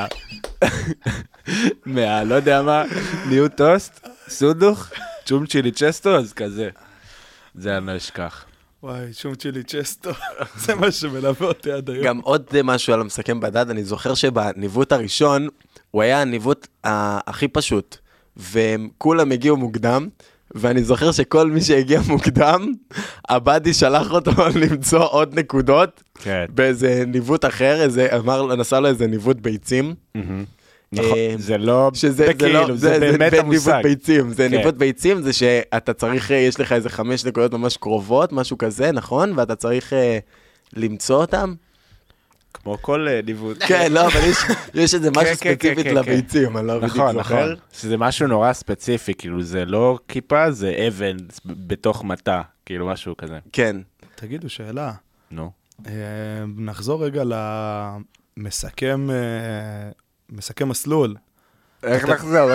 לא יודע מה, נהיו טוסט, סודוך, צ'ום צ'ילי צ'סטו, אז כזה. זה אני לא אשכח. וואי, צ'ום צ'ילי צ'סטו, זה מה שמלווה אותי עד היום. גם עוד משהו על המסכם בדד, אני זוכר שבניווט הראשון, הוא היה הניווט הכי פשוט, וכולם הגיעו מוקדם, ואני זוכר שכל מי שהגיע מוקדם, הבאדי שלח אותו למצוא עוד נקודות, באיזה ניווט אחר, נסע לו איזה ניווט ביצים. נכון, זה לא, זה באמת המושג. זה ניווט ביצים, זה שאתה צריך, יש לך איזה 5 נקודות ממש קרובות, משהו כזה, נכון? ואתה צריך למצוא אותם. כמו כל ניווט. כן, לא, אבל יש איזה משהו ספציפית לביצים, אני לא בדיוק זוכר. נכון, שזה משהו נורא ספציפי, כאילו זה לא כיפה, זה אבן בתוך מטה, כאילו משהו כזה. כן. תגידו, שאלה. נו. נחזור רגע למסכם מסלול. איך נחזור?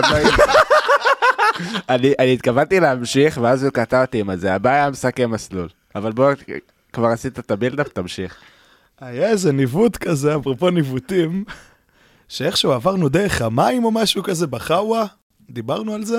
אני התכוונתי להמשיך, ואז הוא קטע אותי עם זה. הבעיה מסכם מסלול. אבל בואו, כבר עשית את הבילדאפ, תמשיך. היה איזה ניווט כזה, אפרופו ניווטים, שאיכשהו עברנו דרך המים או משהו כזה בחאווה. דיברנו על זה?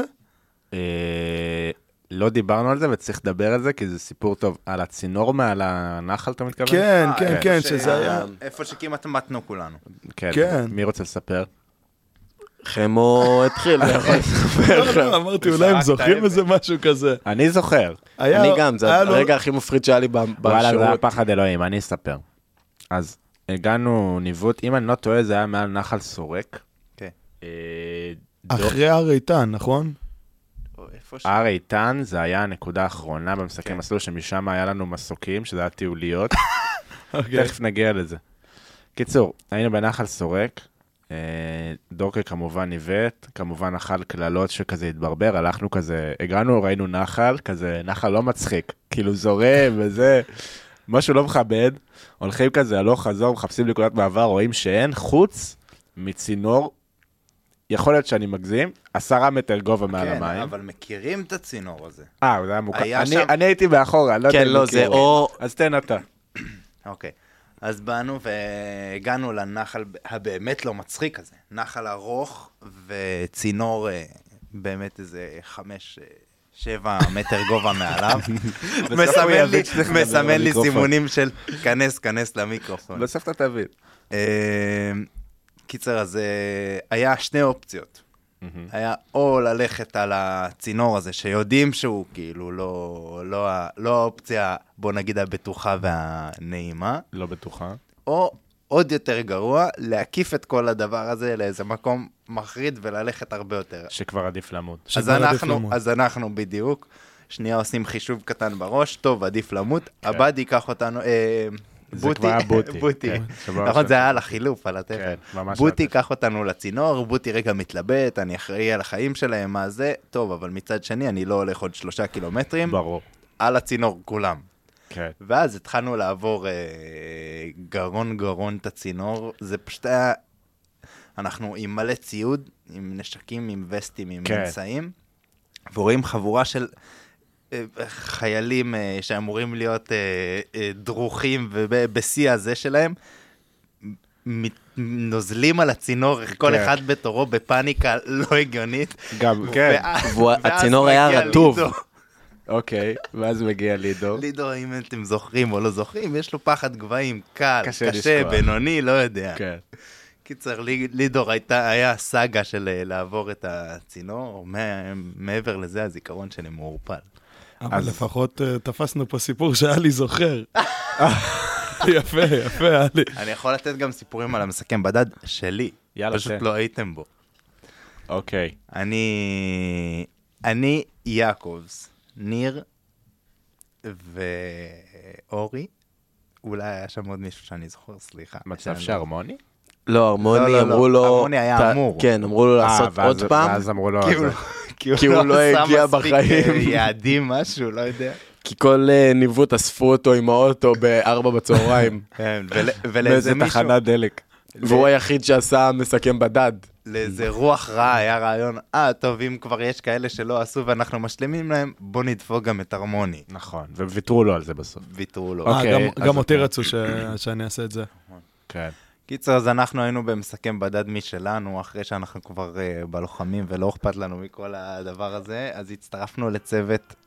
לא דיברנו על זה, וצריך לדבר על זה, כי זה סיפור טוב. על הצינור מעל הנחל, אתה מתכוון? כן, כן, כן, שזה היה... איפה שכמעט מתנו כולנו. כן. מי רוצה לספר? חמו התחיל, יכול לספר. לא, אמרתי, אולי הם זוכרים איזה משהו כזה. אני זוכר. אני גם, זה הרגע הכי מפחיד שהיה לי בשירות. וואלה, זה היה פחד אלוהים, אני אספר. אז הגענו ניווט, אם אני לא טועה, זה היה מעל נחל סורק. כן. אחרי הר איתן, נכון? הר איתן, זה היה הנקודה האחרונה במסכם מסלול, שמשם היה לנו מסוקים, שזה היה טיוליות. תכף נגיע לזה. קיצור, היינו בנחל סורק, דורקר כמובן ניווט, כמובן אכל כללות שכזה התברבר, הלכנו כזה, הגענו, ראינו נחל, כזה נחל לא מצחיק, כאילו זורם וזה, משהו לא מכבד, הולכים כזה הלוך חזור, מחפשים נקודת מעבר, רואים שאין חוץ מצינור, יכול להיות שאני מגזים, 10 מטר גובה מעל המים. כן, אבל מכירים את הצינור הזה. זה היה מוכר. אני הייתי מאחורה, לא יודע כן, לא, זה או... אז תן אתה. אוקיי. אז באנו והגענו לנחל הבאמת לא מצחיק הזה. נחל ארוך וצינור באמת איזה 5-7 מטר גובה מעליו. מסמן לי סימונים של כנס למיקרופון. בסוף אתה תבין. קיצר, אז היה 2 אופציות. היה או ללכת על הצינור הזה, שיודעים שהוא כאילו לא האופציה, בוא נגיד, הבטוחה והנעימה. לא בטוחה. או עוד יותר גרוע, להקיף את כל הדבר הזה לאיזה מקום מחריד וללכת הרבה יותר. שכבר עדיף למות. אז אנחנו בדיוק, שנייה עושים חישוב קטן בראש, טוב, עדיף למות, הבאדי ייקח אותנו... זה כבר היה בוטי. נכון, זה היה על החילוף, על התפר. בוטי ייקח אותנו לצינור, בוטי רגע מתלבט, אני אחראי על החיים שלהם, מה זה? טוב, אבל מצד שני, אני לא הולך עוד 3 קילומטרים. ברור. על הצינור כולם. כן. ואז התחלנו לעבור גרון את הצינור, זה פשוט היה... אנחנו עם מלא ציוד, עם נשקים, עם וסטים, עם מנסאים, ורואים חבורה של... חיילים שאמורים להיות דרוכים ובשיא הזה שלהם, נוזלים על הצינור, כל אחד בתורו בפאניקה לא הגיונית. גם, כן. והצינור היה רטוב. אוקי, ואז מגיע לידור. לידור, אם אתם זוכרים או לא זוכרים, יש לו פחד גבהים, קל, קשה, בינוני, לא יודע. כן. קיצר, לידור היה סאגה של לעבור את הצינור, מעבר לזה הזיכרון שלי מעורפל. אבל לפחות תפסנו פה סיפור שהיה לי זוכר. יפה, היה לי. אני יכול לתת גם סיפורים על המסכם בדד שלי. פשוט לא הייתם בו. אוקיי. אני יעקובס, ניר ואורי. אולי היה שם עוד מישהו שאני זוכר, סליחה. מצב שהרמוני? לא, הרמוני אמרו לו... הרמוני היה אמור. כן, אמרו לו לעשות עוד פעם. ואז אמרו לו... כי הוא לא הגיע בחיים. יעדים משהו, לא יודע. כי כל ניווט אספו אותו עם האוטו ב-4 בצהריים. ולאיזה מישהו... תחנת דלק. והוא היחיד שעשה מסכם בדד. לאיזה רוח רע היה רעיון, טוב, אם כבר יש כאלה שלא עשו ואנחנו משלמים להם, בוא נדפוק גם את הרמוני. נכון, וויתרו לו על זה בסוף. ויתרו לו. גם אותי רצו שאני אעשה את זה. כן. קיצר, אז אנחנו היינו במסכם בדד משלנו, אחרי שאנחנו כבר בלוחמים ולא אכפת לנו מכל הדבר הזה, אז הצטרפנו לצוות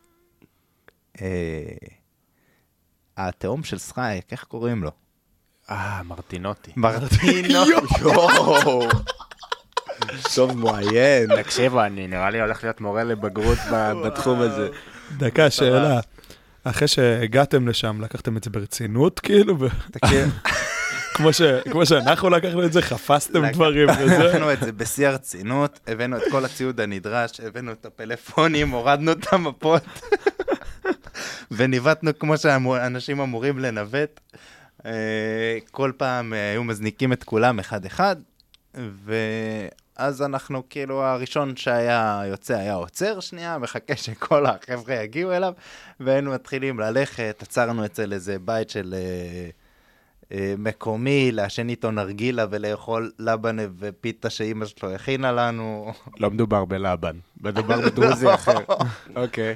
התאום של סחייק, איך קוראים לו? מרטינוטי. יואו. טוב מועיין. תקשיבו, אני נראה לי הולך להיות מורה לבגרות בתחום הזה. דקה, שאלה. אחרי שהגעתם לשם, לקחתם את זה ברצינות, כאילו? כמו שאנחנו לקחנו את זה, חפשתם דברים וזה. לקחנו את זה בשיא הרצינות, הבאנו את כל הציוד הנדרש, הבאנו את הפלאפונים, הורדנו את המפות, וניווטנו כמו שאנשים אמורים לנווט. כל פעם היו מזניקים את כולם אחד-אחד, ואז אנחנו כאילו הראשון שהיה יוצא היה עוצר שנייה, מחכה שכל החבר'ה יגיעו אליו, והיינו מתחילים ללכת, עצרנו אצל איזה בית של מקומי, לעשן איתו נרגילה ולאכול לבן ופיתה שאימא שלו הכינה לנו. לא מדובר בלבן, מדובר בדרוזי אחר. אוקיי.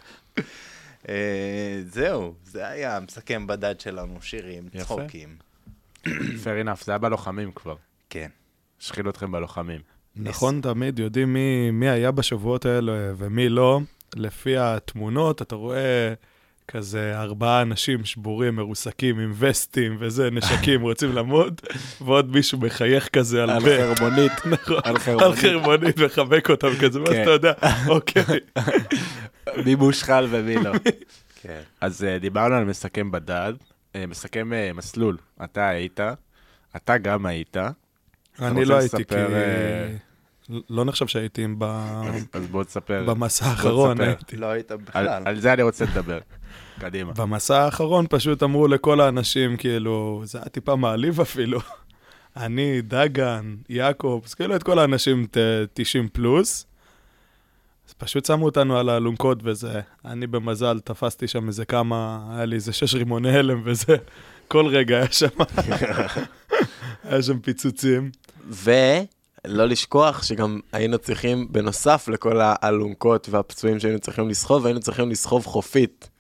זהו, זה היה מסכם בדד שלנו, שירים, צחוקים. fair enough, זה היה בלוחמים כבר. כן. שחילו אתכם בלוחמים. נכון, תמיד יודעים מי היה בשבועות האלה ומי לא. לפי התמונות, אתה רואה כזה 4 אנשים שבורים, מרוסקים, עם וסטים וזה, נשקים, רוצים למות, ועוד מישהו מחייך כזה על חרמונית. נכון, על חרמונית, וחבק אותם כזה, ואז אתה יודע, אוקיי. מי מושחל ומי לא. כן. אז דיברנו על מסכם בדד, מסכם מסלול. אתה היית, אתה גם היית. אני לא הייתי, כי לא נחשב שהייתי אז בוא תספר. במסע האחרון. לא היית בכלל. על זה אני רוצה לדבר. קדימה. במסע האחרון פשוט אמרו לכל האנשים, כאילו, זה היה טיפה מעליב אפילו. אני, דגן, יעקב, אז כאילו את כל האנשים 90 פלוס. אז פשוט שמו אותנו על האלונקות וזה. אני במזל תפסתי שם איזה כמה, היה לי איזה 6 רימוני הלם וזה. כל רגע היה שם. היה שם פיצוצים. ולא לשכוח שגם היינו צריכים, בנוסף לכל האלונקות והפצועים שהיינו צריכים לסחוב, היינו צריכים לסחוב חופית.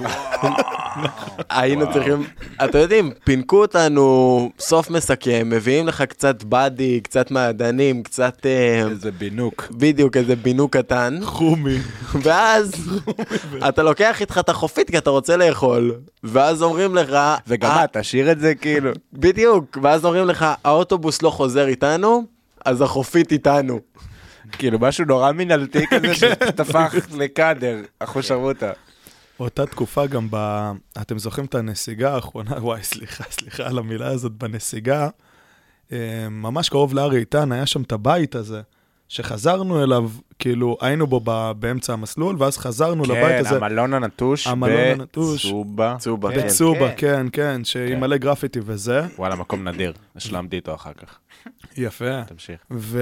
היינו צריכים, אתם יודעים, פינקו אותנו, סוף מסכם, מביאים לך קצת בדי, קצת מעדנים, קצת... איזה בינוק. בדיוק, איזה בינוק קטן. חומי. ואז אתה לוקח איתך את החופית כי אתה רוצה לאכול, ואז אומרים לך... וגם תשאיר את זה כאילו. בדיוק, ואז אומרים לך, האוטובוס לא חוזר איתנו, אז החופית איתנו. כאילו משהו נורא מנהלתי כזה שתפך לקאדר, אחושרותה. אותה תקופה גם אתם זוכרים את הנסיגה האחרונה, וואי, סליחה על המילה הזאת, בנסיגה, ממש קרוב להר איתן, היה שם את הבית הזה, שחזרנו אליו, כאילו היינו בו באמצע המסלול, ואז חזרנו לבית הזה. כן, המלון הנטוש בצובה. בצובה, כן, שעם מלא גרפיטי וזה. וואלה, מקום נדיר, השלמתי איתו אחר כך. יפה. תמשיך.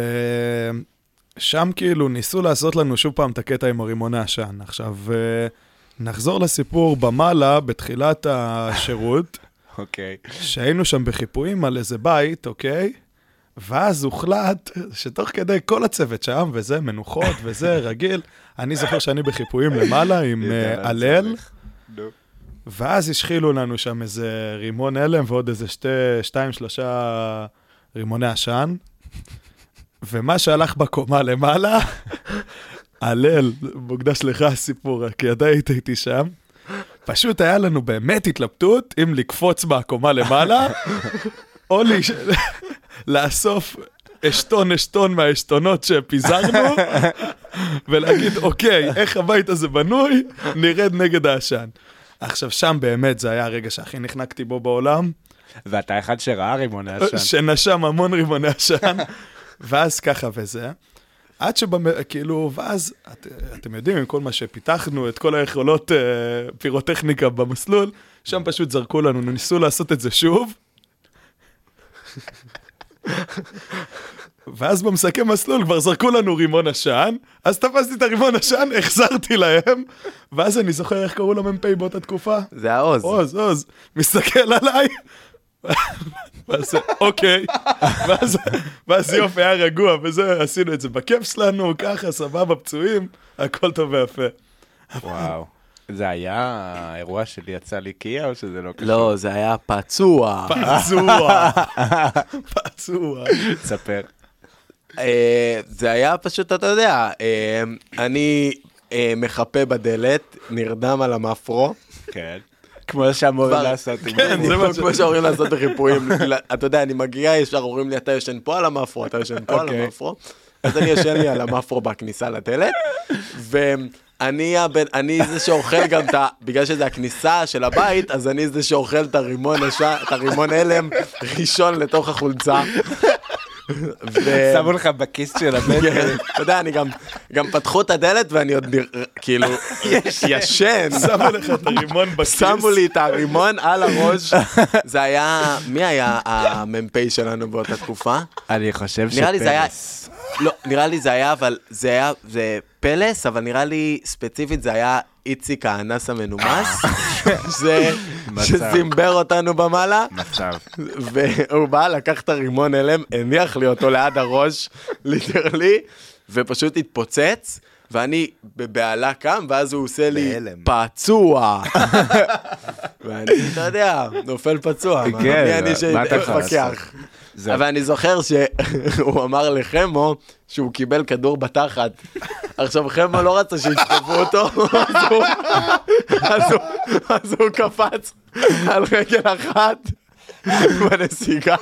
ושם כאילו ניסו לעשות לנו שוב פעם את הקטע עם הרימוני עשן. עכשיו... נחזור לסיפור במעלה, בתחילת השירות, אוקיי. שהיינו שם בחיפויים על איזה בית, אוקיי? ואז הוחלט שתוך כדי כל הצוות שם, וזה מנוחות, וזה רגיל, אני זוכר שאני בחיפויים למעלה עם הלל, ואז השחילו לנו שם איזה רימון הלם, ועוד איזה 2-3 רימוני עשן, ומה שהלך בקומה למעלה... הלל, מוקדש לך הסיפור, כי אתה היית איתי שם, פשוט היה לנו באמת התלבטות אם לקפוץ מהקומה למעלה, או לאסוף אשתון מהאשתונות שפיזרנו, ולהגיד, אוקיי, איך הבית הזה בנוי, נרד נגד העשן. עכשיו, שם באמת זה היה הרגע שהכי נחנקתי בו בעולם. ואתה אחד שראה רימוני עשן. שנשם המון רימוני עשן, ואז ככה וזה. עד כאילו, ואז, אתם יודעים, עם כל מה שפיתחנו, את כל היכולות פירוטכניקה במסלול, שם פשוט זרקו לנו, ניסו לעשות את זה שוב. ואז במסכם מסלול כבר זרקו לנו רימון עשן, אז תפסתי את הרימון עשן, החזרתי להם, ואז אני זוכר איך קראו למ"פ באותה תקופה. זה העוז. עוז, מסתכל עליי, ואז אוקיי, ואז יופי היה רגוע, וזה, עשינו את זה בכיף שלנו, ככה, סבבה, פצועים, הכל טוב ויפה. וואו. זה היה אירוע שלי יצא לי קיה, או שזה לא קשור? לא, זה היה פצוע. פצוע. תספר. זה היה פשוט, אתה יודע, אני מחפה בדלת, נרדם על המפרו. כן. כמו שאמורים לעשות. כן, זה מה כמו שאומרים לעשות בחיפויים. אתה יודע, אני מגיע, ישר אומרים לי, אתה ישן פה על המפרו, אתה ישן פה על המפרו. אז אני ישן לי על המפרו בכניסה לדלת, ואני זה שאוכל גם בגלל שזה הכניסה של הבית, אז אני זה שאוכל את הרימון הלם ראשון לתוך החולצה. שמו לך בכיס של הבטן. אתה יודע, אני גם פתחו את הדלת ואני עוד כאילו ישן. שמו לך את הרימון בכיס. שמו לי את הרימון על הראש. זה היה, מי היה המ"פ שלנו באותה תקופה? אני חושב שפלס. לא, נראה לי זה היה, אבל זה פלס, אבל נראה לי ספציפית זה היה איציק האנס המנומס, שזימבר אותנו במעלה. מצב. והוא בא, לקח את הרימון הלם, הניח לי אותו ליד הראש, ליטרלי, ופשוט התפוצץ, ואני בבעלה קם, ואז הוא עושה לי פצוע. ואני, אתה יודע, נופל פצוע. כן, מי אני שאתפקח? אבל אני זוכר שהוא אמר לחמו שהוא קיבל כדור בתחת. עכשיו חמו לא רצה שישכבו אותו, אז הוא קפץ על רגל אחת בנסיגה.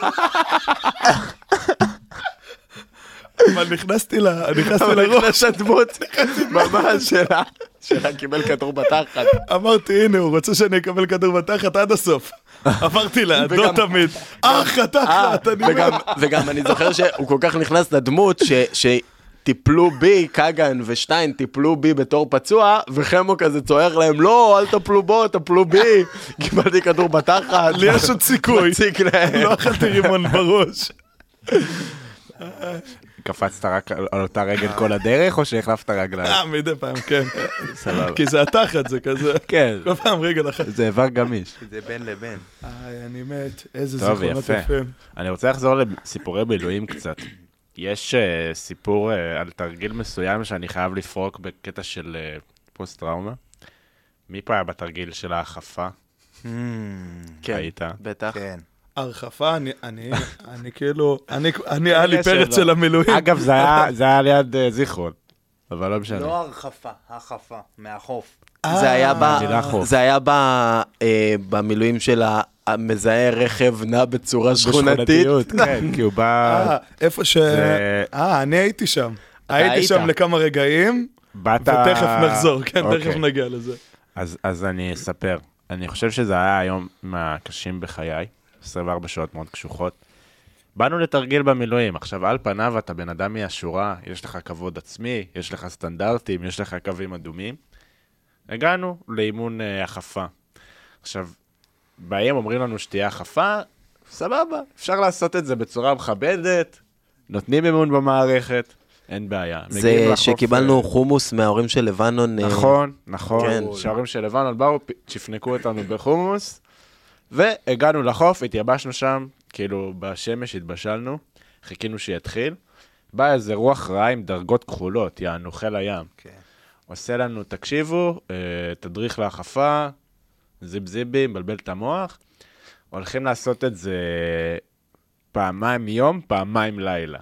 אבל נכנסתי לראש. הדמות ממש שלה קיבל כדור בתחת. אמרתי, הנה, הוא רוצה שאני אקבל כדור בתחת עד הסוף. עברתי לידו תמיד. תחת, אני אומר. וגם אני זוכר שהוא כל כך נכנס לדמות שטיפלו בי, קגן ושטיין טיפלו בי בתור פצוע, וחמו כזה צוער להם, לא, אל טפלו בו, טפלו בי. קיבלתי כדור בתחת. לי יש עוד סיכוי. מציק להם. לא אכלתי רימון בראש. קפצת רק על אותה רגל כל הדרך, או שהחלפת רגליים? מדי פעם, כן. סבבה. כי זה התחת, זה כזה. כן. כל פעם רגל אחת. זה איבר גמיש. זה בין לבין. אני מת, איזה טוב, זיכרונות יפה. יפים. אני רוצה לחזור לסיפורי מילואים קצת. יש סיפור על תרגיל מסוים שאני חייב לפרוק בקטע של פוסט-טראומה. מי פה היה בתרגיל של האכפה? כן, היית? בטח. כן. הרחפה, אני כאילו, אני עלי פרץ של המילואים. אגב, זה היה ליד זיכרון, אבל לא משנה. לא הרחפה, מהחוף. זה היה במילואים של המזהה רכב נע בצורה שכונתית. כן, כי הוא בא... איפה אני הייתי שם. הייתי שם לכמה רגעים, ותכף נחזור, כן, תכף נגיע לזה. אז אני אספר. אני חושב שזה היה היום מהקשים בחיי. 24 שעות מאוד קשוחות. באנו לתרגיל במילואים. עכשיו, על פניו אתה בן אדם מהשורה, יש לך כבוד עצמי, יש לך סטנדרטים, יש לך קווים אדומים. הגענו לאימון החפה. עכשיו, באים אומרים לנו שתהיה החפה, סבבה, אפשר לעשות את זה בצורה מכבדת, נותנים אימון במערכת, אין בעיה. זה שקיבלנו חומוס מההורים של לבנון. נכון. שההורים של לבנון באו, שפנקו אותנו בחומוס, והגענו לחוף, התייבשנו שם, כאילו בשמש התבשלנו, חיכינו שיתחיל, בא איזה רוח רעה עם דרגות כחולות, יענו חיל הים. עושה לנו, תקשיבו, תדריך להחפה, זיב-זיבי, מבלבל את המוח, הולכים לעשות את זה פעמיים יום, פעמיים לילה.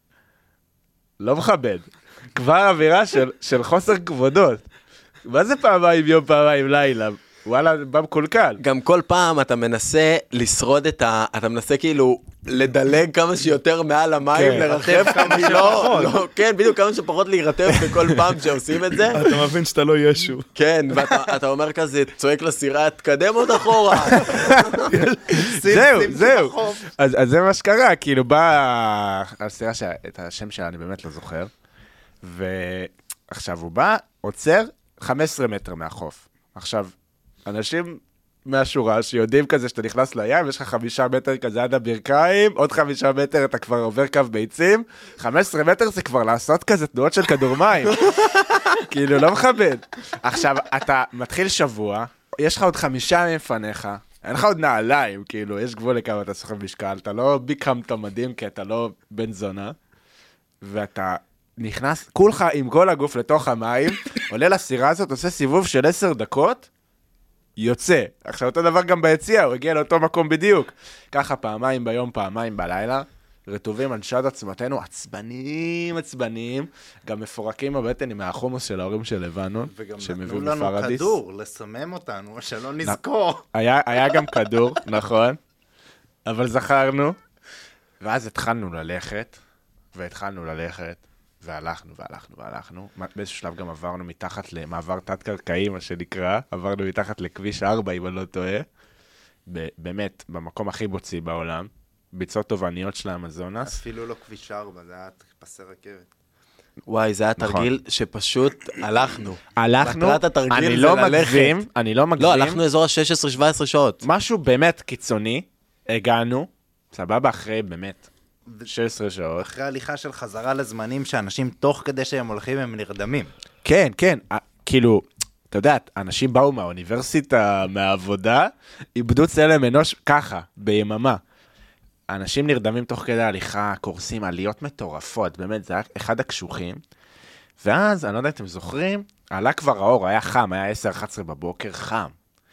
לא מכבד. כבר אווירה של חוסר כבודות. מה זה פעמיים יום, פעמיים לילה? וואלה, בא מקולקל. גם כל פעם אתה מנסה לשרוד אתה מנסה כאילו לדלג כמה שיותר מעל המים, לרחב כמה שלא, כן, בדיוק כמה שפחות להירטב בכל פעם שעושים את זה. אתה מבין שאתה לא ישו. כן, ואתה אומר כזה, צועק לסירה, תקדם עוד אחורה. זהו. אז זה מה שקרה, כאילו בא, הסירה שאת השם שלה אני באמת לא זוכר, ועכשיו הוא בא, עוצר 15 מטר מהחוף. עכשיו, אנשים מהשורה, שיודעים כזה שאתה נכנס לים, יש לך 5 מטר כזה עד הברכיים, עוד 5 מטר אתה כבר עובר קו ביצים, 15 מטר זה כבר לעשות כזה תנועות של כדור מים. כאילו, לא מכבד. עכשיו, אתה מתחיל שבוע, יש לך עוד 5 ימים לפניך, אין לך עוד נעליים, כאילו, יש גבול לכמה אתה סוחב משקל, אתה לא ביקמת מדהים, כי אתה לא בן זונה, ואתה נכנס, כולך עם כל הגוף לתוך המים, עולה לסירה הזאת, עושה סיבוב של 10 דקות, יוצא. עכשיו, אותו דבר גם ביציאה, הוא הגיע לאותו מקום בדיוק. ככה פעמיים ביום, פעמיים בלילה, רטובים על שד עצמתנו, עצבניים, גם מפורקים בבטן עם החומוס של ההורים של לבנון, שמביאו בפרדיס. וגם נתנו לנו כדור, לסמם אותנו, שלא נזכור. היה גם כדור, נכון, אבל זכרנו, ואז התחלנו ללכת, והלכנו. באיזשהו שלב גם עברנו מתחת למעבר תת-קרקעי, מה שנקרא, עברנו מתחת לכביש 4, אם אני לא טועה, באמת, במקום הכי בוצי בעולם, ביצות תובעניות של האמזונס. אפילו לא כביש 4, זה היה פסי רכבת. וואי, זה היה תרגיל שפשוט הלכנו. מטרת התרגיל אני זה לא ללכת. אני לא מגזים. לא, הלכנו אזור ה-16-17 שעות. משהו באמת קיצוני, הגענו, סבבה, אחרי באמת 16 שעות. אחרי הליכה של חזרה לזמנים שאנשים תוך כדי שהם הולכים הם נרדמים. כן, כאילו, אתה יודע, אנשים באו מהאוניברסיטה, מהעבודה, איבדו צלם אנוש ככה, ביממה. אנשים נרדמים תוך כדי הליכה, קורסים עליות מטורפות, באמת, זה היה אחד הקשוחים. ואז, אני לא יודע אם אתם זוכרים, עלה כבר האור, היה חם, היה 10-11 בבוקר, חם.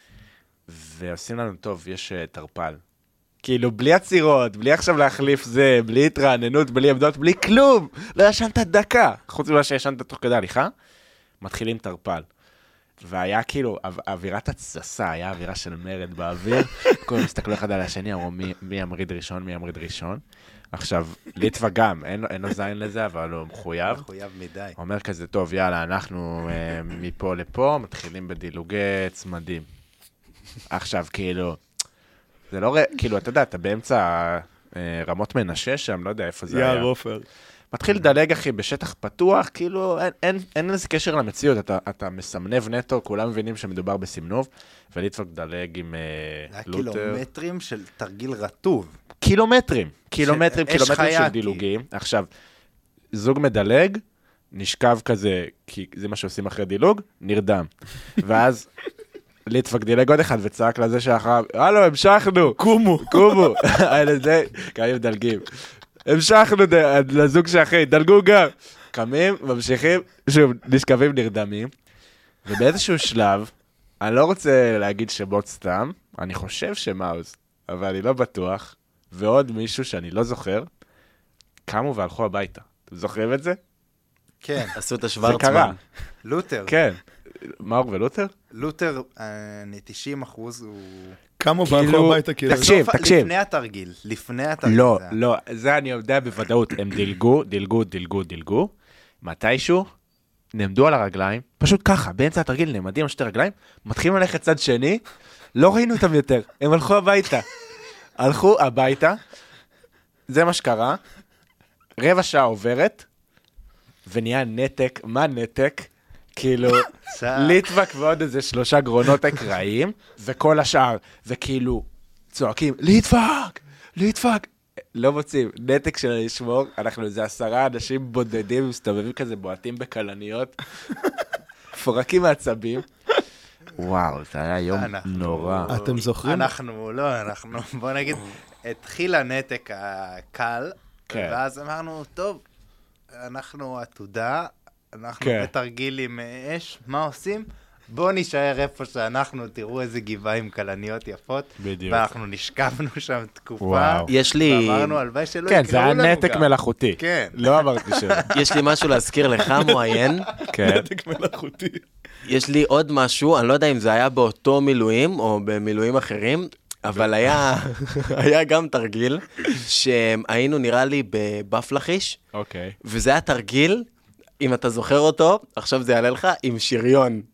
ועושים לנו טוב, יש תרפל. כאילו, בלי עצירות, בלי עכשיו להחליף זה, בלי התרעננות, בלי עמדות, בלי כלום. לא ישנת דקה. חוץ ממה שישנת תוך כדי הליכה, מתחילים תרפל. והיה כאילו, אווירת הצסה, היה אווירה של מרד באוויר. כולם הסתכלו אחד על השני, אמרו מי ימריד ראשון. עכשיו, ליטווה גם, אין לו זין לזה, אבל הוא מחויב. מחויב מדי. אומר כזה, טוב, יאללה, אנחנו מפה לפה, מתחילים בדילוגי צמדים. עכשיו, כאילו, זה לא, כאילו, אתה יודע, אתה באמצע רמות מנשה שם, לא יודע איפה זה היה. יער עופר. מתחיל לדלג, אחי, בשטח פתוח, כאילו, אין לזה קשר למציאות, אתה מסמנב נטו, כולם מבינים שמדובר בסמנוב, וליטווק דלג עם לותר. זה קילומטרים של תרגיל רטוב. קילומטרים של דילוגים. עכשיו, זוג מדלג, נשכב כזה, כי זה מה שעושים אחרי דילוג, נרדם. ואז ליטווק דילג עוד אחד וצעק לזה שאחריו, הלו, המשכנו. קומו. על זה, קמים דלגים. המשכנו לזוג שאחרי, דלגו גם. קמים, ממשיכים, שוב, נשכבים נרדמים. ובאיזשהו שלב, אני לא רוצה להגיד שמות סתם, אני חושב שמאוז, אבל אני לא בטוח, ועוד מישהו שאני לא זוכר, קמו והלכו הביתה. אתם זוכרים את זה? כן. עשו את זה השוורצמן. קרה. לותר. כן. מאור ולותר? לותר, 90% הוא... קמו והלכו הביתה כאילו. תקשיב. לפני התרגיל. לא, זה אני יודע בוודאות. הם דילגו, מתישהו, נעמדו על הרגליים, פשוט ככה, באמצע התרגיל נעמדים על שתי רגליים, מתחילים ללכת צד שני, לא ראינו אותם יותר, הם הלכו הביתה, זה מה שקרה, רבע שעה עוברת, ונהיה נתק, מה נתק? כאילו, ליטווק ועוד איזה 3 גרונות אקראיים, וכל השאר, וכאילו, צועקים, ליטווק, לא מוצאים, נתק של לשמור, אנחנו איזה 10 אנשים בודדים, מסתובבים כזה, בועטים בקלניות, פורקים מעצבים. וואו, זה היה יום נורא. אתם זוכרים? בוא נגיד, התחיל הנתק הקל, ואז אמרנו, טוב, אנחנו עתודה, אנחנו בתרגיל עם אש, מה עושים? בואו נשאר איפה שאנחנו, תראו איזה גבעה עם קלניות יפות. בדיוק. ואנחנו נשכבנו שם תקופה. יש לי... ואמרנו, הלוואי שלא כן, יקראו לנו זה היה גם. נתק מלאכותי. כן. לא אמרתי שלא. יש לי משהו להזכיר לך, מועיין. כן. נתק מלאכותי. יש לי עוד משהו, אני לא יודע אם זה היה באותו מילואים או במילואים אחרים, אבל היה גם תרגיל שהיינו נראה לי בבפלחיש, אוקיי. וזה היה תרגיל, אם אתה זוכר אותו, עכשיו זה יעלה לך, עם שריון.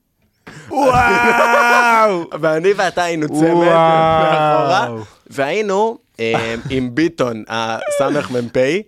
וואו! ואני ואתה היינו צמד מאחורה, והיינו עם ביטון, הסמך מ"פ,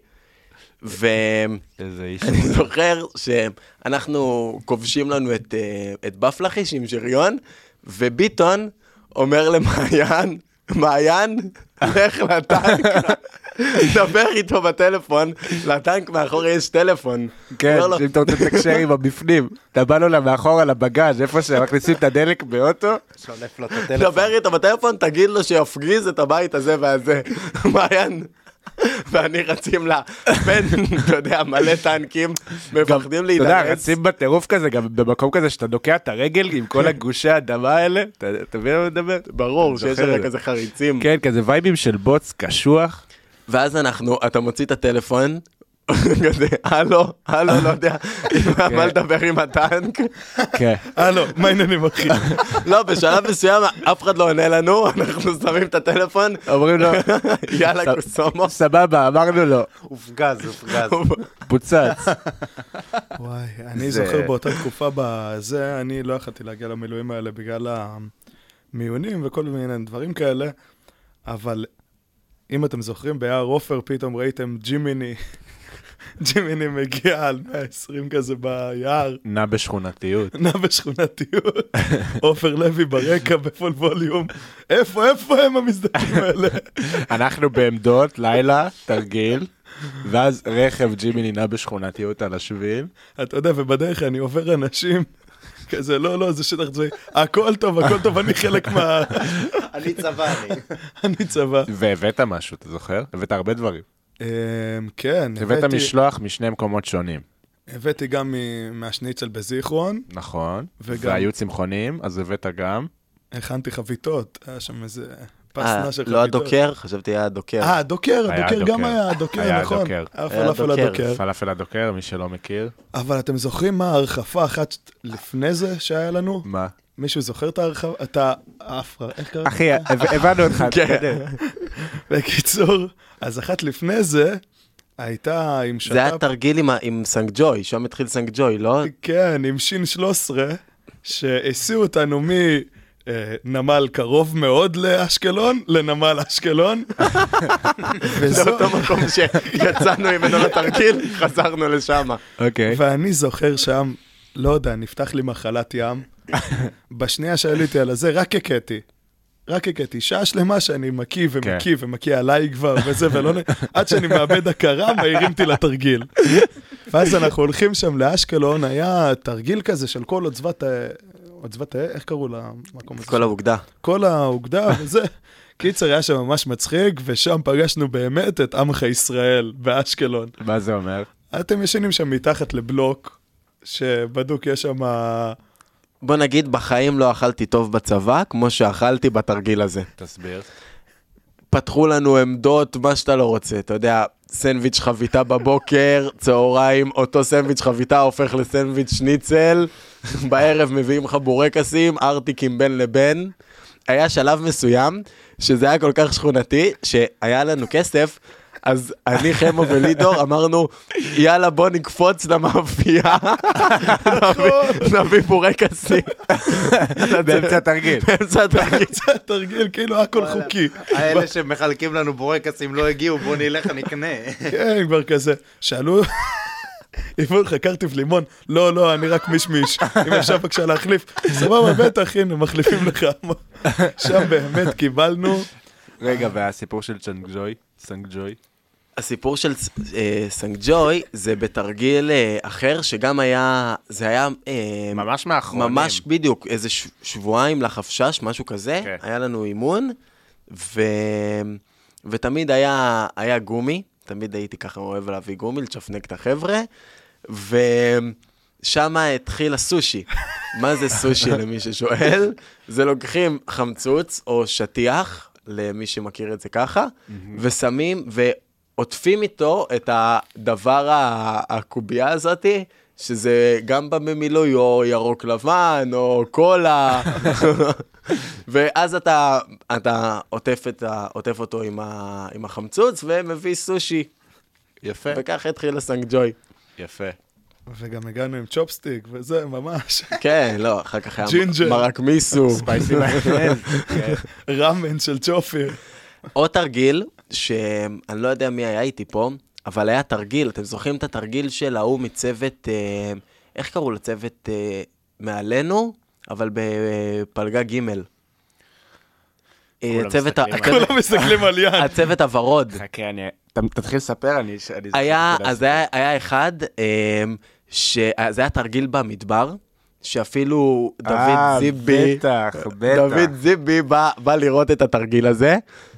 ואני זוכר שאנחנו כובשים לנו את בפלחיש עם שריון, וביטון אומר למעיין, מעיין, לך לטנק, דבר איתו בטלפון, לטנק מאחור יש טלפון. כן, אם אתה רוצה לתקשר עם הבפנים, אתה בא לו מאחורה לבגז' איפה שמכניסים את הדלק באוטו, שולף לו את הטלפון. דבר איתו בטלפון, תגיד לו שיפגיז את הבית הזה והזה. מעיין. ואני רצים לה, בין, אתה יודע, מלא טנקים, מפחדים להידרץ. אתה יודע, רצים בטירוף כזה, גם במקום כזה שאתה דוקע את הרגל עם כל הגושי האדמה האלה, אתה מבין מה מדבר? ברור, שיש לך כזה חריצים. כן, כזה וייבים של בוץ קשוח. ואז אתה מוציא את הטלפון, כזה, הלו, לא יודע, מה לדבר עם הטנק. כן. הלו, מה העניינים אחי? לא, בשלב מסוים אף אחד לא עונה לנו, אנחנו שמים את הטלפון, אומרים לו, יאללה קוסומו. סבבה, אמרנו לו, הופגז. פוצץ. וואי, אני זוכר באותה תקופה בזה, אני לא יכולתי להגיע למילואים האלה בגלל המיונים וכל מיני דברים כאלה, אבל אם אתם זוכרים, ביער עופר פתאום ראיתם ג'ימיני מגיע על 120 כזה ביער. נע בשכונתיות. עופר לוי ברקע בפול ווליום. איפה הם המזדקים האלה? אנחנו בעמדות, לילה, תרגיל, ואז רכב ג'ימיני נע בשכונתיות על השביל. אתה יודע, ובדרך אני עובר אנשים, כזה, לא, זה שטח צבאי. הכל טוב, אני חלק מה... אני צבא. והבאת משהו, אתה זוכר? הבאת הרבה דברים. כן. הבאת משלוח משני מקומות שונים. הבאתי גם מהשניצל בזיכרון. נכון. והיו צמחונים, אז הבאת גם. הכנתי חביתות, היה שם איזה פסנה של חביתות. לא הדוקר? חשבתי היה הדוקר. הדוקר גם היה הדוקר, נכון. פלאפל הדוקר, מי שלא מכיר. אבל אתם זוכרים מה ההרחפה אחת לפני זה שהיה לנו? מה? מישהו זוכר את ההרחבה? אתה איך קראת? אחי, הבנו אותך. בקיצור, אז אחת לפני זה, הייתה עם שת"פ... זה היה תרגיל עם סנג'וי, שם התחיל סנג'וי, לא? כן, עם שין 13, שהסיעו אותנו מנמל קרוב מאוד לאשקלון, לנמל אשקלון. זה אותו מקום שיצאנו ממנו לתרגיל, חזרנו לשם. אוקיי. ואני זוכר שם, לא יודע, נפתח לי מחלת ים. בשנייה שעליתי על הזה, רק הקטי, שעה שלמה שאני ומקיא עליי כבר וזה, עד שאני מאבד הכרה, מהירימתי לתרגיל. ואז אנחנו הולכים שם לאשקלון, היה תרגיל כזה של כל עוצבת, איך קראו למקום הזה? כל האוגדה וזה. קיצר, היה שם ממש מצחיק, ושם פגשנו באמת את עמך ישראל באשקלון. מה זה אומר? אתם ישנים שם מתחת לבלוק, שבדוק יש שם... בוא נגיד, בחיים לא אכלתי טוב בצבא, כמו שאכלתי בתרגיל הזה. תסביר. פתחו לנו עמדות, מה שאתה לא רוצה. אתה יודע, סנדוויץ' חביתה בבוקר, צהריים, אותו סנדוויץ' חביתה הופך לסנדוויץ' שניצל, בערב מביאים לך בורקסים, ארטיקים בין לבין. היה שלב מסוים, שזה היה כל כך שכונתי, שהיה לנו כסף, אז אני, חמו ולידור אמרנו, יאללה בוא נקפוץ למאפייה, נביא בורקסים. באמצע התרגיל. באמצע התרגיל, כאילו הכל חוקי. האלה שמחלקים לנו בורקסים לא הגיעו, בוא נלך נקנה. כן, כבר כזה. שאלו, יבואו לך קרטיב לימון, לא, אני רק מישמיש. אם אפשר בבקשה להחליף, סבבה, בטח, הנה, מחליפים לך. שם באמת קיבלנו. רגע, והסיפור של סנג'וי? הסיפור של סנג'וי זה בתרגיל אחר, שגם היה, זה היה... ממש מאחרונים. ממש בדיוק, איזה שבועיים לחפשש, משהו כזה. Okay. היה לנו אימון, ותמיד היה גומי, תמיד הייתי ככה אוהב להביא גומי, לצ'פנק את החבר'ה, ושם התחיל הסושי. מה זה סושי למי ששואל? זה לוקחים חמצוץ או שטיח, למי שמכיר את זה ככה, ושמים, ועוטפים איתו את הדבר, הקובייה הזאת, שזה גם במילוי, או ירוק לבן, או קולה, ואז אתה עוטף אותו עם החמצוץ, ומביא סושי. יפה. וכך התחיל הסנג'וי. יפה. וגם הגענו עם צ'ופסטיק, וזה ממש. כן, לא, אחר כך היה מרק מיסו. ספייסי מהחלב. רמן של צ'ופיר. עוד תרגיל, שאני לא יודע מי היה איתי פה, אבל היה תרגיל, אתם זוכרים את התרגיל של ההוא מצוות, איך קראו לצוות מעלינו, אבל בפלגה ג' כולם מסתכלים על יד. הצוות הוורוד. חכה, תתחיל לספר, אז היה אחד, זה היה תרגיל במדבר, שאפילו דוד זיבי בא לראות את התרגיל הזה,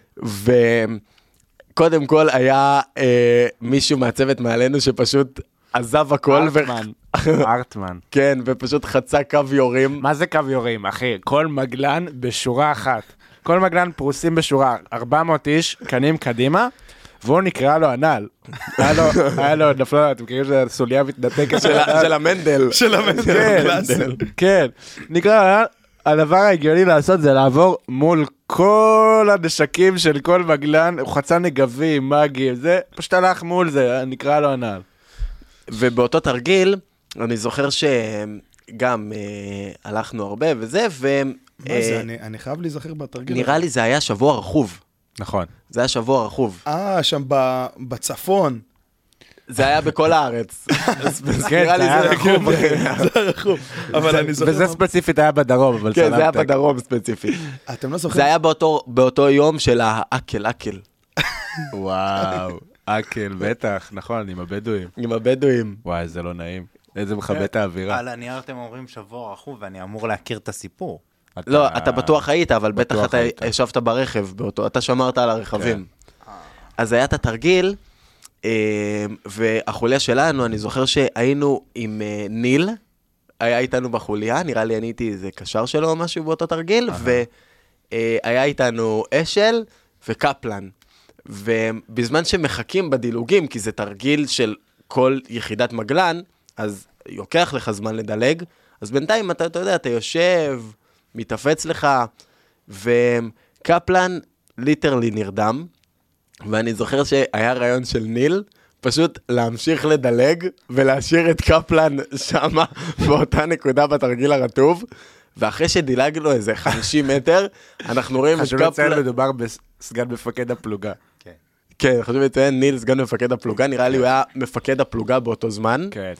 וקודם כל היה מישהו מהצוות מעלינו שפשוט עזב הכל. ארטמן. כן, ופשוט חצה קו יורים. מה זה קו יורים, אחי? כל מגלן בשורה אחת. כל מגלן פרוסים בשורה, 400 איש, קנים קדימה, והוא נקרא לו הנעל. היה לו נפלו, אתם מכירים שהסוליה מתנתקת של המנדל. של המנדל, קלאסל. כן, נקרא לו הנעל. הדבר ההגיוני לעשות זה לעבור מול כל הנשקים של כל מגלן, הוא חצה נגבים, מגים, זה פשוט הלך מול זה, נקרא לו הנעל. ובאותו תרגיל, אני זוכר שגם הלכנו הרבה וזה, מה זה? אני חייב להיזכר בתרגיל. נראה לי זה היה שבוע רכוב. נכון. זה היה שבוע רכוב. שם בצפון. זה היה בכל הארץ. כן, זה היה רכוב. זה רכוב. אבל אני זוכר... וזה ספציפית היה בדרום, אבל כן, זה היה בדרום ספציפית. אתם לא זוכרים? זה היה באותו יום של האקל. וואו, אקל, בטח, נכון, עם הבדואים. עם הבדואים. וואי, זה לא נעים. איזה מכבד את האווירה. על הנייר אתם אומרים שבוע רכוב, ואני אמור להכיר את הסיפור. לא, אתה בטוח היית, אבל בטח אתה ישבת ברכב באותו, אתה שמרת על הרכבים. אז היה את התרגיל, והחוליה שלנו, אני זוכר שהיינו עם ניל, היה איתנו בחוליה, נראה לי אני הייתי איזה קשר שלו או משהו באותו תרגיל, והיה איתנו אשל וקפלן. ובזמן שמחכים בדילוגים, כי זה תרגיל של כל יחידת מגלן, אז יוקח לך זמן לדלג, אז בינתיים אתה יודע, אתה יושב, מתאפץ לך, וקפלן ליטרלי נרדם, ואני זוכר שהיה רעיון של ניל, פשוט להמשיך לדלג, ולהשאיר את קפלן שמה, באותה נקודה בתרגיל הרטוב, ואחרי שדילגנו איזה 50 מטר, אנחנו רואים את חשוב קפלן... לציין מדובר בסגן מפקד הפלוגה. כן, חשוב לציין, ניל סגן מפקד הפלוגה, נראה לי הוא היה מפקד הפלוגה באותו זמן. כן.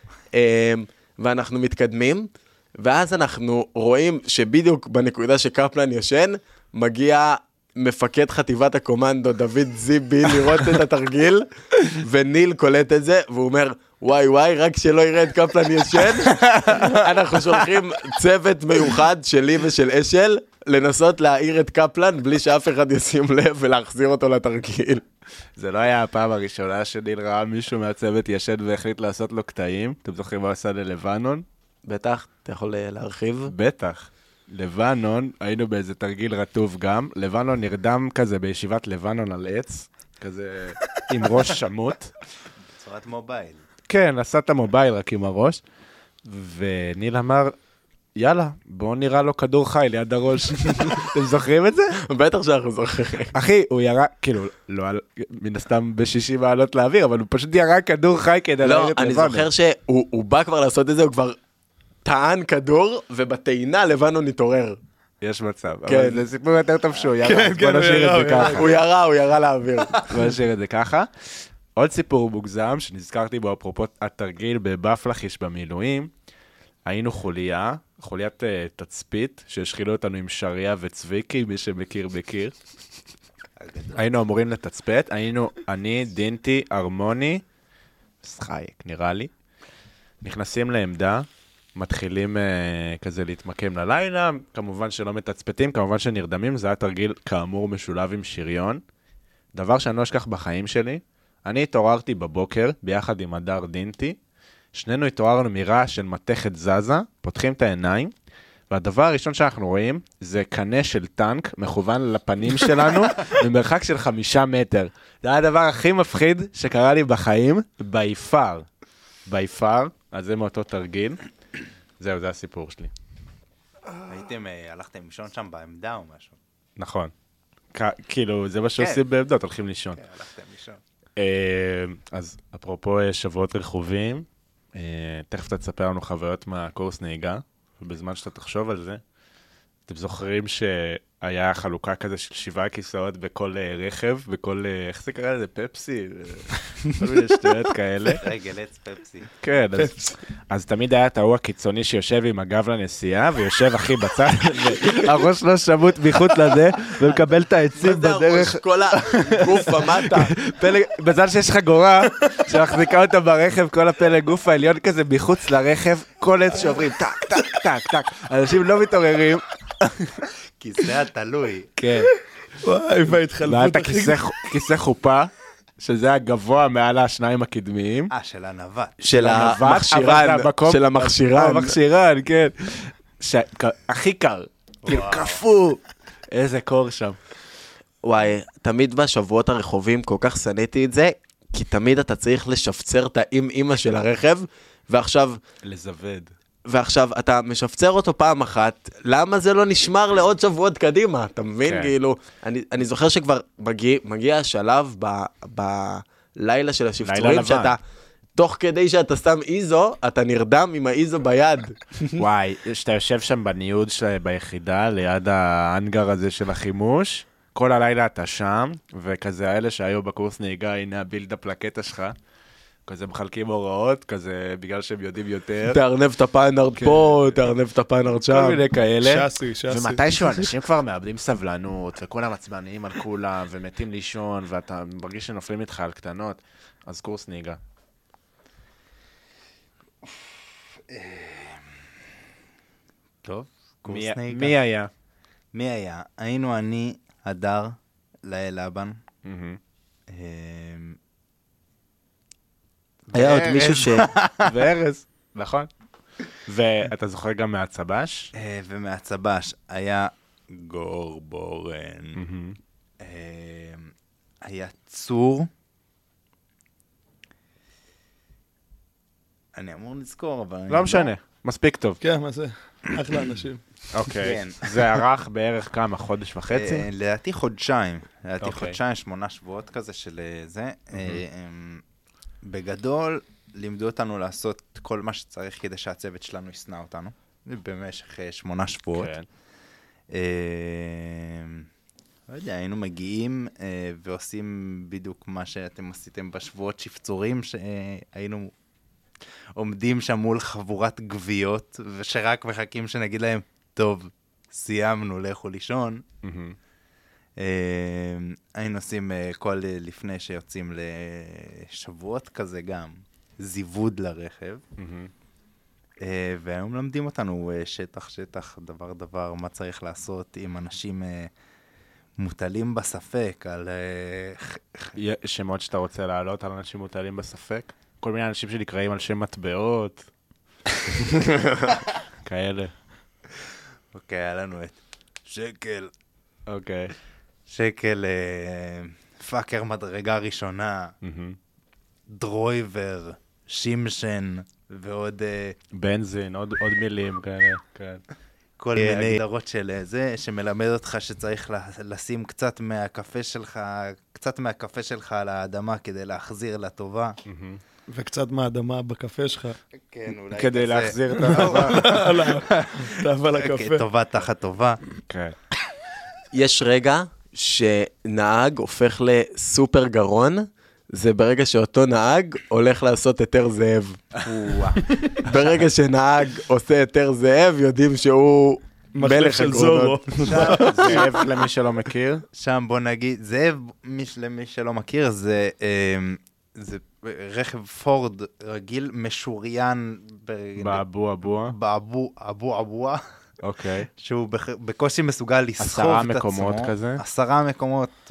ואנחנו מתקדמים, ואז אנחנו רואים שבדיוק בנקודה שקפלן ישן, מגיע מפקד חטיבת הקומנדו, דוד זיבי, לראות את התרגיל, וניל קולט את זה, והוא אומר, וואי, רק שלא יראה את קפלן ישן, אנחנו שולחים צוות מיוחד שלי ושל אשל, לנסות להעיר את קפלן, בלי שאף אחד ישים לב, ולהחזיר אותו לתרגיל. זה לא היה הפעם הראשונה שניל ראה מישהו מהצוות ישן והחליט לעשות לו קטעים. אתם זוכרים מה עשה ללבנון? בטח, אתה יכול להרחיב? בטח. לבנון, היינו באיזה תרגיל רטוב גם. לבנון נרדם כזה בישיבת לבנון על עץ, כזה עם ראש שמות. בצורת מובייל. כן, עשה את המובייל רק עם הראש. וניל אמר, יאללה, בואו נראה לו כדור חי ליד הראש. אתם זוכרים את זה? בטח שאנחנו זוכרים. אחי, הוא ירה, כאילו, לא מן הסתם ב-60 מעלות לאוויר, אבל הוא פשוט ירה כדור חי כדי להעיר את לבנון. לא, אני זוכר שהוא בא כבר לעשות את זה, הוא כבר טען כדור, ובטעינה לבנון התעורר. יש מצב, אבל זה סיפור יותר טוב שהוא ירה, אז בוא נשאיר את זה ככה. הוא ירה לאוויר. בוא נשאיר את זה ככה. עוד סיפור מוגזם, שנזכרתי בו אפרופו התרגיל בבפלחיש במילואים, היינו חוליית תצפית, שהשחילו אותנו עם שריה וצביקי, מי שמכיר בקיר. היינו אמורים לתצפת, היינו אני, דינטי, ארמוני, שחייק נראה לי, נכנסים לעמדה, מתחילים כזה להתמקם ללילה, כמובן שלא מתצפתים, כמובן שנרדמים, זה היה תרגיל כאמור משולב עם שריון. דבר שאני לא אשכח בחיים שלי, אני התעוררתי בבוקר ביחד עם הדר דינטי, שנינו התעוררנו מרעש של מתכת זזה, פותחים את העיניים, והדבר הראשון שאנחנו רואים זה קנה של טנק מכוון לפנים שלנו במרחק של 5 מטר. זה היה הדבר הכי מפחיד שקרה לי בחיים, ביפר, אז זה מאותו תרגיל. זהו, זה הסיפור שלי. הלכתם לישון שם בעמדה או משהו? נכון. כאילו, זה מה שעושים בעמדות, הולכים לישון. כן, הלכתם לישון. אז אפרופו שבועות רכובים, תכף אתה תספר לנו חוויות מהקורס נהיגה, ובזמן שאתה תחשוב על זה, אתם זוכרים היה חלוקה כזה של 7 כיסאות בכל רכב, בכל, איך זה קרה לזה? פפסי? כל מיני שטויות כאלה. רגלץ פפסי. כן, אז תמיד היה את ההוא הקיצוני שיושב עם הגב לנסיעה, ויושב הכי בצד, והראש לא שמות מחוץ לזה, ומקבל את העצים בדרך. כל הגוף המטה. בזמן שיש לך גורה, שמחזיקה אותה ברכב, כל הפלג גוף העליון כזה מחוץ לרכב, כל עץ שעוברים, טק, טק, טק, טק. אנשים לא מתעוררים. כיסא התלוי. כן. וואי, וההתחלפות והיה את הכיסא חופה, שזה הגבוה מעל השניים הקדמיים. של הנווט. של המכשירן. של המכשירן. המכשירן, כן. הכי קר. כאילו, קפוא. איזה קור שם. וואי, תמיד בשבועות הרחובים כל כך שנאתי את זה, כי תמיד אתה צריך לשפצר את האמא של הרכב, ועכשיו אתה משפצר אותו פעם אחת, למה זה לא נשמר לעוד שבועות קדימה? אתה מבין? כאילו, אני זוכר שכבר מגיע השלב בלילה של השפצורים, שאתה, תוך כדי שאתה שם איזו, אתה נרדם עם האיזו ביד. וואי, שאתה יושב שם בניוד ביחידה, ליד האנגר הזה של החימוש, כל הלילה אתה שם, וכזה האלה שהיו בקורס נהיגה, הנה הבילדאפ לקטע שלך, כזה מחלקים הוראות, כזה בגלל שהם יודעים יותר. תארנב את הפיינארד פה, תארנב את הפיינארד שם. כל מיני כאלה. שסי. ומתישהו אנשים כבר מאבדים סבלנות, וכולם עצבניים על כולם, ומתים לישון, ואתה מרגיש שנופלים איתך על קטנות, אז קורס נהיגה. טוב, קורס נהיגה. מי היה? מי היה? היינו אני, הדר, לאבן. היה עוד מישהו וארז, נכון. ואתה זוכר גם מהצבש? ומהצבש היה גור בורן. היה צור. אני אמור לזכור, אבל... לא משנה, מספיק טוב. כן, מה זה? אחלה אנשים. אוקיי. זה ערך בערך כמה, חודש וחצי? לדעתי חודשיים. לדעתי חודשיים, 8 שבועות כזה של זה. בגדול, לימדו אותנו לעשות כל מה שצריך כדי שהצוות שלנו ישנא אותנו. במשך 8 שבועות. לא יודע, היינו מגיעים ועושים בדיוק מה שאתם עשיתם בשבועות שפצורים, שהיינו עומדים שם מול חבורת גוויות, ושרק מחכים שנגיד להם, טוב, סיימנו, לכו לישון. היינו עושים כל לפני שיוצאים לשבועות כזה גם, זיווד לרכב. והיום למדים אותנו שטח, דבר, מה צריך לעשות עם אנשים מוטלים בספק על... שמות שאתה רוצה להעלות על אנשים מוטלים בספק? כל מיני אנשים שנקראים על שם מטבעות. כאלה. אוקיי, היה לנו את שקל. אוקיי. שקל, פאקר מדרגה ראשונה, דרויבר, שימשן, ועוד... בנזין, עוד מילים כאלה, כן. כל מיני דרות של זה, שמלמד אותך שצריך לשים קצת מהקפה שלך על האדמה כדי להחזיר לטובה. וקצת מהאדמה בקפה שלך. כן, אולי כדי להחזיר את האהבה לקפה. טובה תחת טובה. כן. יש רגע שנהג הופך לסופר גרון, זה ברגע שאותו נהג הולך לעשות היתר זאב. ברגע שנהג עושה היתר זאב, יודעים שהוא מלך הגרונות. זאב למי שלא מכיר. שם בוא נגיד, זאב למי שלא מכיר, זה רכב פורד רגיל משוריין. באבו. אוקיי. שהוא בקושי מסוגל לסחוב את עצמו. 10 מקומות כזה. 10 מקומות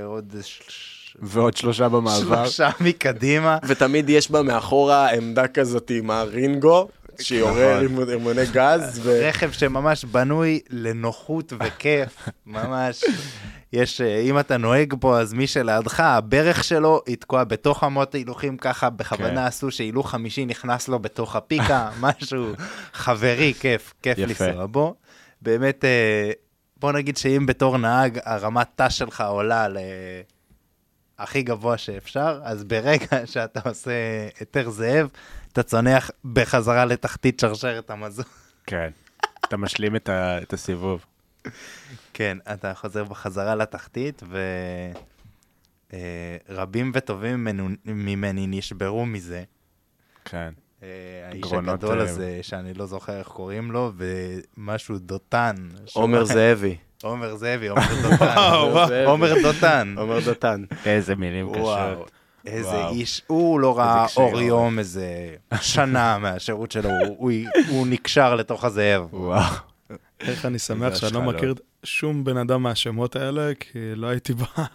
ועוד 3 במעבר. 3 מקדימה. ותמיד יש בה מאחורה עמדה כזאת עם הרינגו, שיורר עם רימוני גז. רכב שממש בנוי לנוחות וכיף. ממש. יש, אם אתה נוהג פה, אז מי שלידך, הברך שלו יתקוע בתוך אמות ההילוכים ככה, בכוונה עשו שהילוך 50 נכנס לו בתוך הפיקה, משהו חברי, כיף לנסוע בו. באמת, בוא נגיד שאם בתור נהג, הרמת תא שלך עולה הכי גבוה שאפשר, אז ברגע שאתה עושה היתר זאב, אתה צונח בחזרה לתחתית שרשרת המזון. כן, אתה משלים את הסיבוב. כן, אתה חוזר בחזרה לתחתית, ורבים וטובים ממני נשברו מזה. כן. האיש הגדול הזה, שאני לא זוכר איך קוראים לו, ומשהו דותן. עומר זאבי. עומר זאבי, עומר דותן. עומר דותן. עומר דותן. איזה מילים קשות. איזה איש, הוא לא ראה אור יום איזה שנה מהשירות שלו, הוא נקשר לתוך הזאב. וואו. איך אני שמח שאני לא מכיר שום בן אדם מהשמות האלה, כי לא הייתי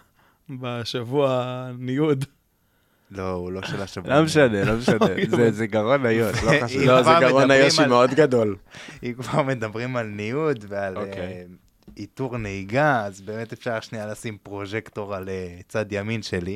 בשבוע ניוד. לא, הוא לא של השבוע. לא משנה, לא משנה. זה גרון איוש, לא חשוב. לא, זה גרון איוש מאוד גדול. אם כבר מדברים על ניוד ועל איתור נהיגה, אז באמת אפשר שנייה לשים פרוז'קטור על צד ימין שלי.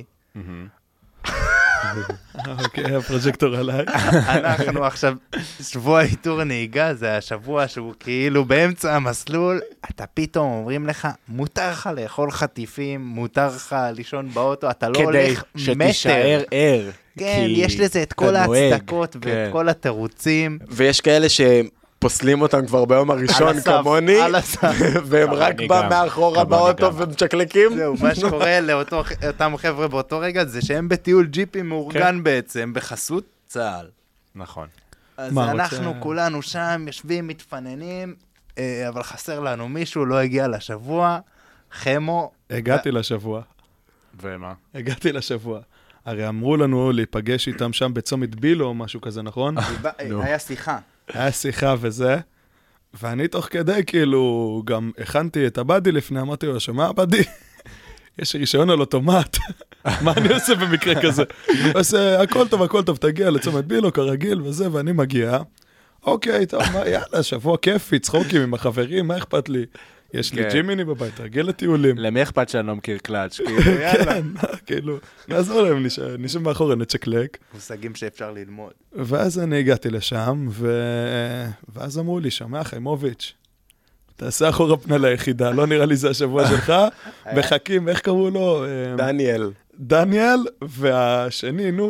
אוקיי, הפרוז'קטור עליי. אנחנו עכשיו, שבוע איתור נהיגה, זה השבוע שהוא כאילו באמצע המסלול, אתה פתאום אומרים לך, מותר לך לאכול חטיפים, מותר לך לישון באוטו, אתה לא הולך מטר. כדי שתישאר ער. כן, יש לזה את כל ההצדקות ואת כל התירוצים. ויש כאלה פוסלים אותם כבר ביום הראשון כמוני, והם רק בא מאחורה באוטו ומשקלקים. זהו, מה שקורה לאותם חבר'ה באותו רגע, זה שהם בטיול ג'יפים מאורגן בעצם, בחסות צה"ל. נכון. אז אנחנו כולנו שם, יושבים, מתפננים, אבל חסר לנו מישהו, לא הגיע לשבוע, חמו. הגעתי לשבוע. ומה? הגעתי לשבוע. הרי אמרו לנו להיפגש איתם שם בצומת בילו או משהו כזה, נכון? היה שיחה. היה שיחה וזה, ואני תוך כדי כאילו גם הכנתי את הבאדי לפני, אמרתי לו, שומע הבאדי? יש רישיון על אוטומט, מה אני עושה במקרה כזה? עושה, הכל טוב, תגיע לצומת בילו כרגיל וזה, ואני מגיע, אוקיי, טוב, יאללה, שבוע כיפי, צחוקים עם החברים, מה אכפת לי? יש לי ג'ימיני בבית, רגיל לטיולים. למי אכפת שאני לא מכיר קלאץ'? כן, כאילו, נעזור להם, נשב מאחורה, נצ'קלק. מושגים שאפשר ללמוד. ואז אני הגעתי לשם, ואז אמרו לי, שמע חיימוביץ', תעשה אחורה פנה ליחידה, לא נראה לי זה השבוע שלך, מחכים, איך קראו לו? דניאל, והשני, נו.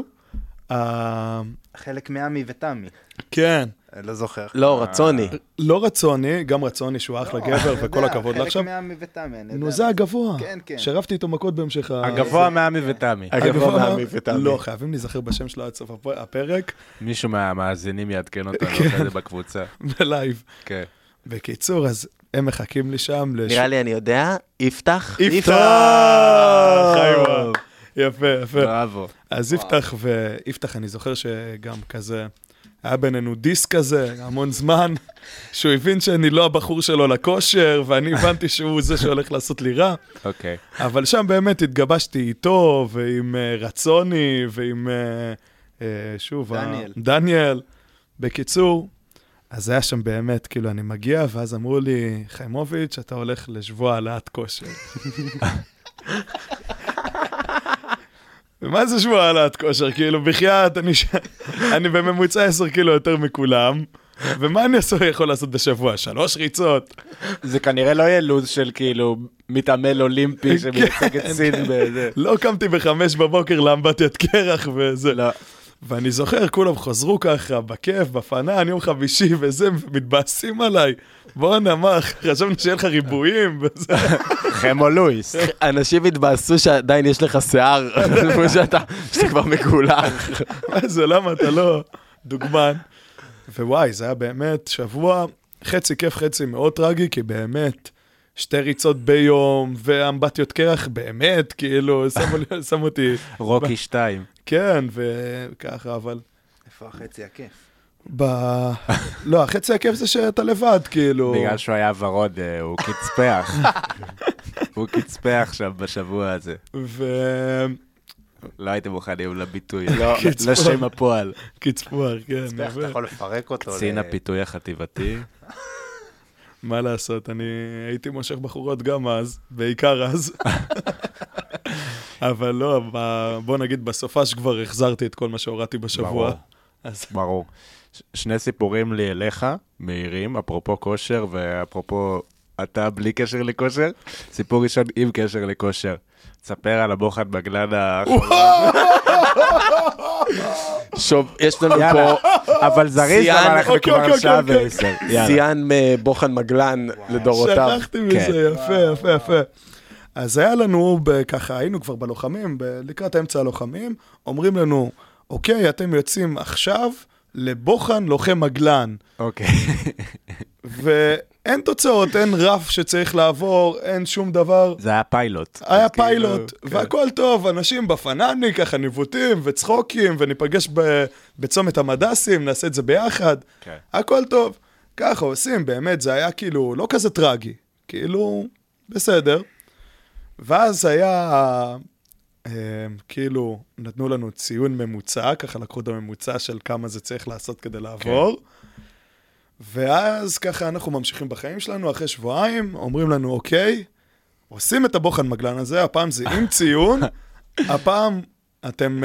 חלק מעמי ותמי. כן. לא זוכר. לא, רצוני. לא רצוני, גם רצוני שהוא אחלה גבר, וכל הכבוד לך עכשיו. חלק מעמי ותמי. נו, זה הגבוה. כן, כן. שרפתי איתו מכות בהמשך. הגבוה מעמי ותמי. הגבוה מעמי ותמי. לא, חייבים להיזכר בשם שלו עד סוף הפרק. מישהו מהמאזינים יעדכן אותנו אחרי זה בקבוצה. בלייב. כן. בקיצור, אז הם מחכים לי שם. נראה לי, אני יודע, יפתח. חיימוב. יפה. בראבו. אז יפתח, אני זוכר שגם כזה, היה בינינו דיסק כזה, המון זמן, שהוא הבין שאני לא הבחור שלו לכושר, ואני הבנתי שהוא זה שהולך לעשות לי רע. אוקיי. אבל שם באמת התגבשתי איתו, ועם רצוני, ועם, שוב, דניאל. בקיצור, אז היה שם באמת, כאילו, אני מגיע, ואז אמרו לי, חיימוביץ', אתה הולך לשבוע העלאת כושר. ומה זה שבוע העלאת כושר? כאילו, בחייאת, אני בממוצע 10 קילו יותר מכולם, ומה אני יכול לעשות בשבוע? 3 ריצות. זה כנראה לא יהיה לוז של כאילו מתעמל אולימפי שמייצג את סין בזה. לא קמתי ב5 בבוקר לאמבטיית קרח וזה. לא. ואני זוכר, כולם חזרו ככה, בכיף, בפנן, יום חמישי וזה, מתבאסים עליי. בוא נמח, חשבנו שיהיה לך ריבועים וזה. חמו לואיס. אנשים התבאסו שעדיין יש לך שיער, שאתה כבר מגולח. מה זה, למה אתה לא דוגמן? ווואי, זה היה באמת שבוע חצי כיף, חצי מאוד טרגי, כי באמת 2 ריצות ביום, ואמבטיות קרח, באמת, כאילו, שמו אותי... רוקי 2. כן, וככה, אבל... איפה החצי הכיף? לא, החצי הכיף זה שאתה לבד, כאילו... בגלל שהוא היה ורוד, הוא קצפח. הוא קצפח שם בשבוע הזה. לא הייתם מוכנים לביטוי, לשם הפועל. קצפוח, כן. קצפח, אתה יכול לפרק אותו. קצין הפיתוי החטיבתי. מה לעשות, אני הייתי מושך בחורות גם אז, בעיקר אז. אבל לא, בוא נגיד, בסופש כבר החזרתי את כל מה שהורדתי בשבוע. ברור. 2 סיפורים לי אליך, מהירים, אפרופו כושר, ואפרופו אתה בלי קשר לכושר. סיפור ראשון עם קשר לכושר. תספר על הבוחן בגלן האחרון. יש לנו פה... אבל זריז, אבל אנחנו כבר שעה ועשר. ציין בוחן מגלן לדורותיו. שכחתי מזה, יפה, יפה. אז היה לנו, ככה, היינו כבר בלוחמים, לקראת אמצע הלוחמים, אומרים לנו, אוקיי, אתם יוצאים עכשיו לבוחן לוחם מגלן. אוקיי. ואין תוצאות, אין רף שצריך לעבור, אין שום דבר. זה היה פיילוט. היה פיילוט, והכל טוב, אנשים בפנני, ככה ניווטים וצחוקים, וניפגש בצומת המדסים, נעשה את זה ביחד. הכל טוב. ככה עושים, באמת, זה היה כאילו לא כזה טרגי. כאילו, בסדר. ואז היה, כאילו, נתנו לנו ציון ממוצע, ככה לקחו את הממוצע של כמה זה צריך לעשות כדי לעבור. ואז ככה אנחנו ממשיכים בחיים שלנו, אחרי שבועיים, אומרים לנו, אוקיי, עושים את הבוחן מגלן הזה, הפעם זה עם ציון, הפעם אתם,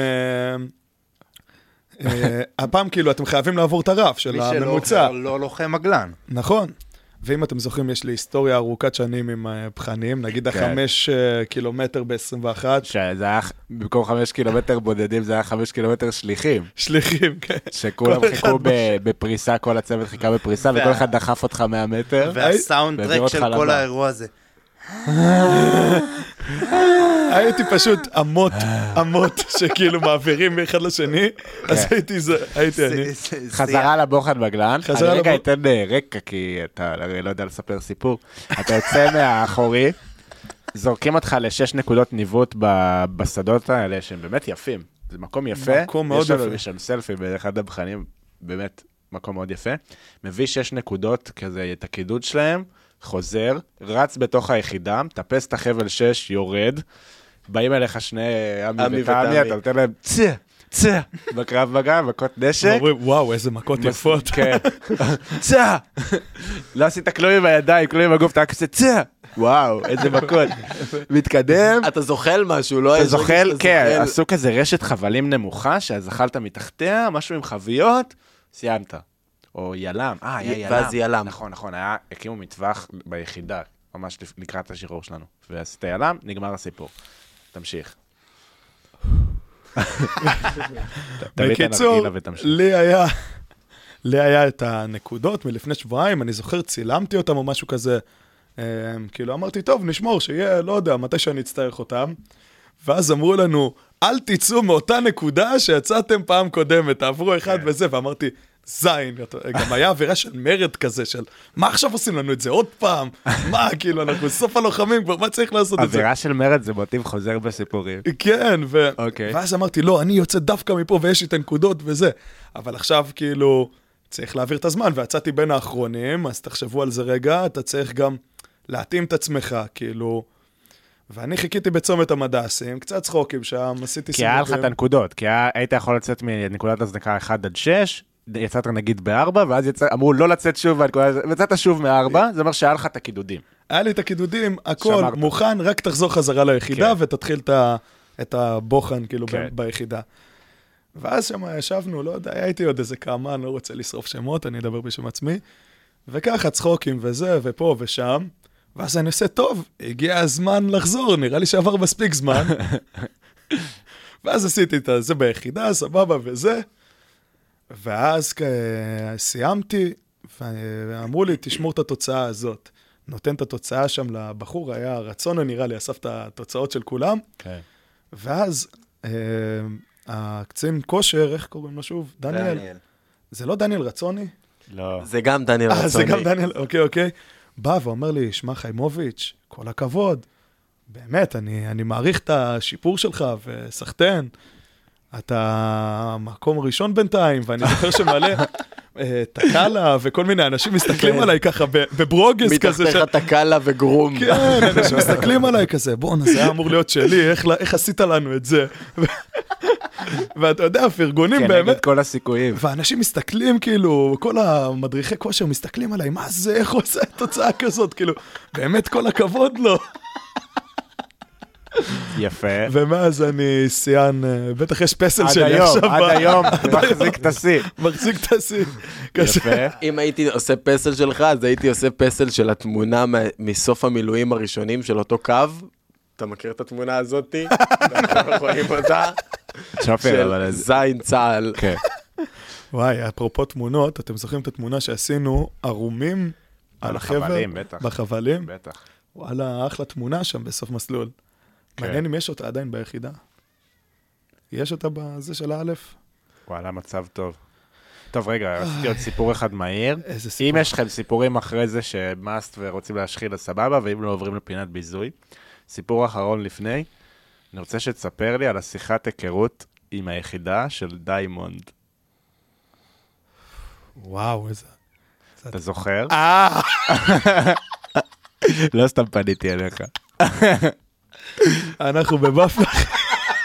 הפעם כאילו אתם חייבים לעבור את הרף של הממוצע. מי שלא לא לוחם מגלן. נכון. ואם אתם זוכרים, יש לי היסטוריה ארוכת שנים עם פחנים, נגיד 5 קילומטר ב-21. שזה היה, במקום 5 קילומטר בודדים, זה היה 5 קילומטר שליחים. שליחים, כן. שכולם חיכו בפריסה, כל הצוות חיכה בפריסה, וכל אחד דחף אותך 100 מטר. והסאונד טרק של כל האירוע הזה. הייתי פשוט עמות שכאילו מעבירים מאחד לשני, אז הייתי אני. חזרה לבוחן מגלן. אני רגע אתן רקע, כי אתה לא יודע לספר סיפור. אתה יוצא מהאחורי, זורקים אותך ל6 נקודות ניווט בשדות האלה, שהם באמת יפים. זה מקום יפה. מקום מאוד יפה. יש שם סלפי באחד הבחנים, באמת מקום מאוד יפה. מביא 6 נקודות כזה, את הקידוד שלהם, חוזר, רץ בתוך היחידה, טפס את החבל 6, יורד, באים אליך שני עמי ותמי, אתה נותן להם צה, בקרב מגע, מכות נשק. אומרים, וואו, איזה מכות יפות. כן. צה! לא עשית כלום עם הידיים, כלום עם הגוף, אתה רק עושה צה! וואו, איזה מכות. מתקדם. אתה זוכל משהו, לא? אתה זוכל, כן, עשו כזה רשת חבלים נמוכה, שאז אכלת מתחתיה, משהו עם חביות, סיימת. או ילם, היה ילם. ואז ילם. נכון, הקימו מטווח ביחידה, ממש לקראת השחרור שלנו. ועשית ילם, נגמר הסיפור. תמשיך. בקיצור, לי היה את הנקודות מלפני שבועיים, אני זוכר, צילמתי אותם או משהו כזה, כאילו אמרתי, טוב, נשמור, שיהיה, לא יודע, מתי שאני אצטרך אותם, ואז אמרו לנו, אל תצאו מאותה נקודה שיצאתם פעם קודמת, תעברו אחד וזה, ואמרתי, זין, גם היה עבירה של מרד כזה, של מה עכשיו עושים לנו את זה עוד פעם? מה, כאילו, אנחנו סוף הלוחמים, כבר מה צריך לעשות את זה? עבירה של מרד זה מוטיב חוזר בסיפורים. כן, ואז אמרתי, לא, אני יוצא דווקא מפה ויש לי את הנקודות וזה, אבל עכשיו כאילו צריך להעביר את הזמן, ויצאתי בין האחרונים, אז תחשבו על זה רגע, אתה צריך גם להתאים את עצמך, כאילו, ואני חיכיתי בצומת המדסים, קצת צחוקים שם, עשיתי כי היה לך את הנקודות, כי היית יכול לצאת מנקודת הזנקה 1-6, יצאת נגיד ב4, ואז אמרו לא לצאת שוב, ויצאת שוב מ4, זה אומר שהיה לך את הקידודים. היה לי את הקידודים, הכל מוכן, רק תחזור חזרה ליחידה, ותתחיל את הבוחן כאילו ביחידה. ואז שם ישבנו, לא יודע, הייתי עוד איזה כמה, אני לא רוצה לשרוף שמות, אני אדבר בשם עצמי, וככה צחוקים וזה, ופה ושם, ואז אני עושה, טוב, הגיע הזמן לחזור, נראה לי שעבר מספיק זמן. ואז עשיתי את זה ביחידה, סבבה וזה, ואז סיימתי, ואמרו לי, תשמור את התוצאה הזאת. נותן את התוצאה שם לבחור, היה רצון, נראה לי, אסף את התוצאות של כולם. ואז הקצין כושר, איך קוראים לו שוב? דניאל. זה לא דניאל רצוני? לא. זה גם דניאל רצוני. זה גם דניאל, אוקיי. בא ואומר לי, שמע חיימוביץ', כל הכבוד. באמת, אני מעריך את השיפור שלך, וסחטן. אתה מקום ראשון בינתיים, ואני זוכר שמלא תקלה, וכל מיני אנשים מסתכלים עליי ככה בברוגס כזה. מתחתך תקלה וגרום. כן, אנשים מסתכלים עליי כזה, בוא, זה היה אמור להיות שלי, איך עשית לנו את זה? ואתה יודע, פרגונים באמת. כנגד כל הסיכויים. ואנשים מסתכלים כאילו, כל המדריכי כושר מסתכלים עליי, מה זה, איך הוא עושה תוצאה כזאת? כאילו, באמת כל הכבוד לו. יפה. ומאז אני שיאן, בטח יש פסל שלי עכשיו. עד היום, מחזיק את השיא. מחזיק את השיא. יפה. אם הייתי עושה פסל שלך, אז הייתי עושה פסל של התמונה מסוף המילואים הראשונים של אותו קו. אתה מכיר את התמונה הזאת? אנחנו רואים אותה. של זין צהל. כן. וואי, אפרופו תמונות, אתם זוכרים את התמונה שעשינו ערומים על החבר? בחבלים, בטח. בחבלים? בטח. וואלה, אחלה תמונה שם בסוף מסלול. מעניין אם יש אותה עדיין ביחידה. יש אותה בזה של האלף? וואלה, מצב טוב. טוב, רגע, רציתי עוד סיפור אחד מהיר. איזה סיפור? אם יש לכם סיפורים אחרי זה שמאסט ורוצים להשחיל לסבבה, ואם לא עוברים לפינת ביזוי. סיפור אחרון לפני, אני רוצה שתספר לי על השיחת היכרות עם היחידה של דיימונד. וואו, איזה... אתה זוכר? לא סתם פניתי אליך. אנחנו בבפלח.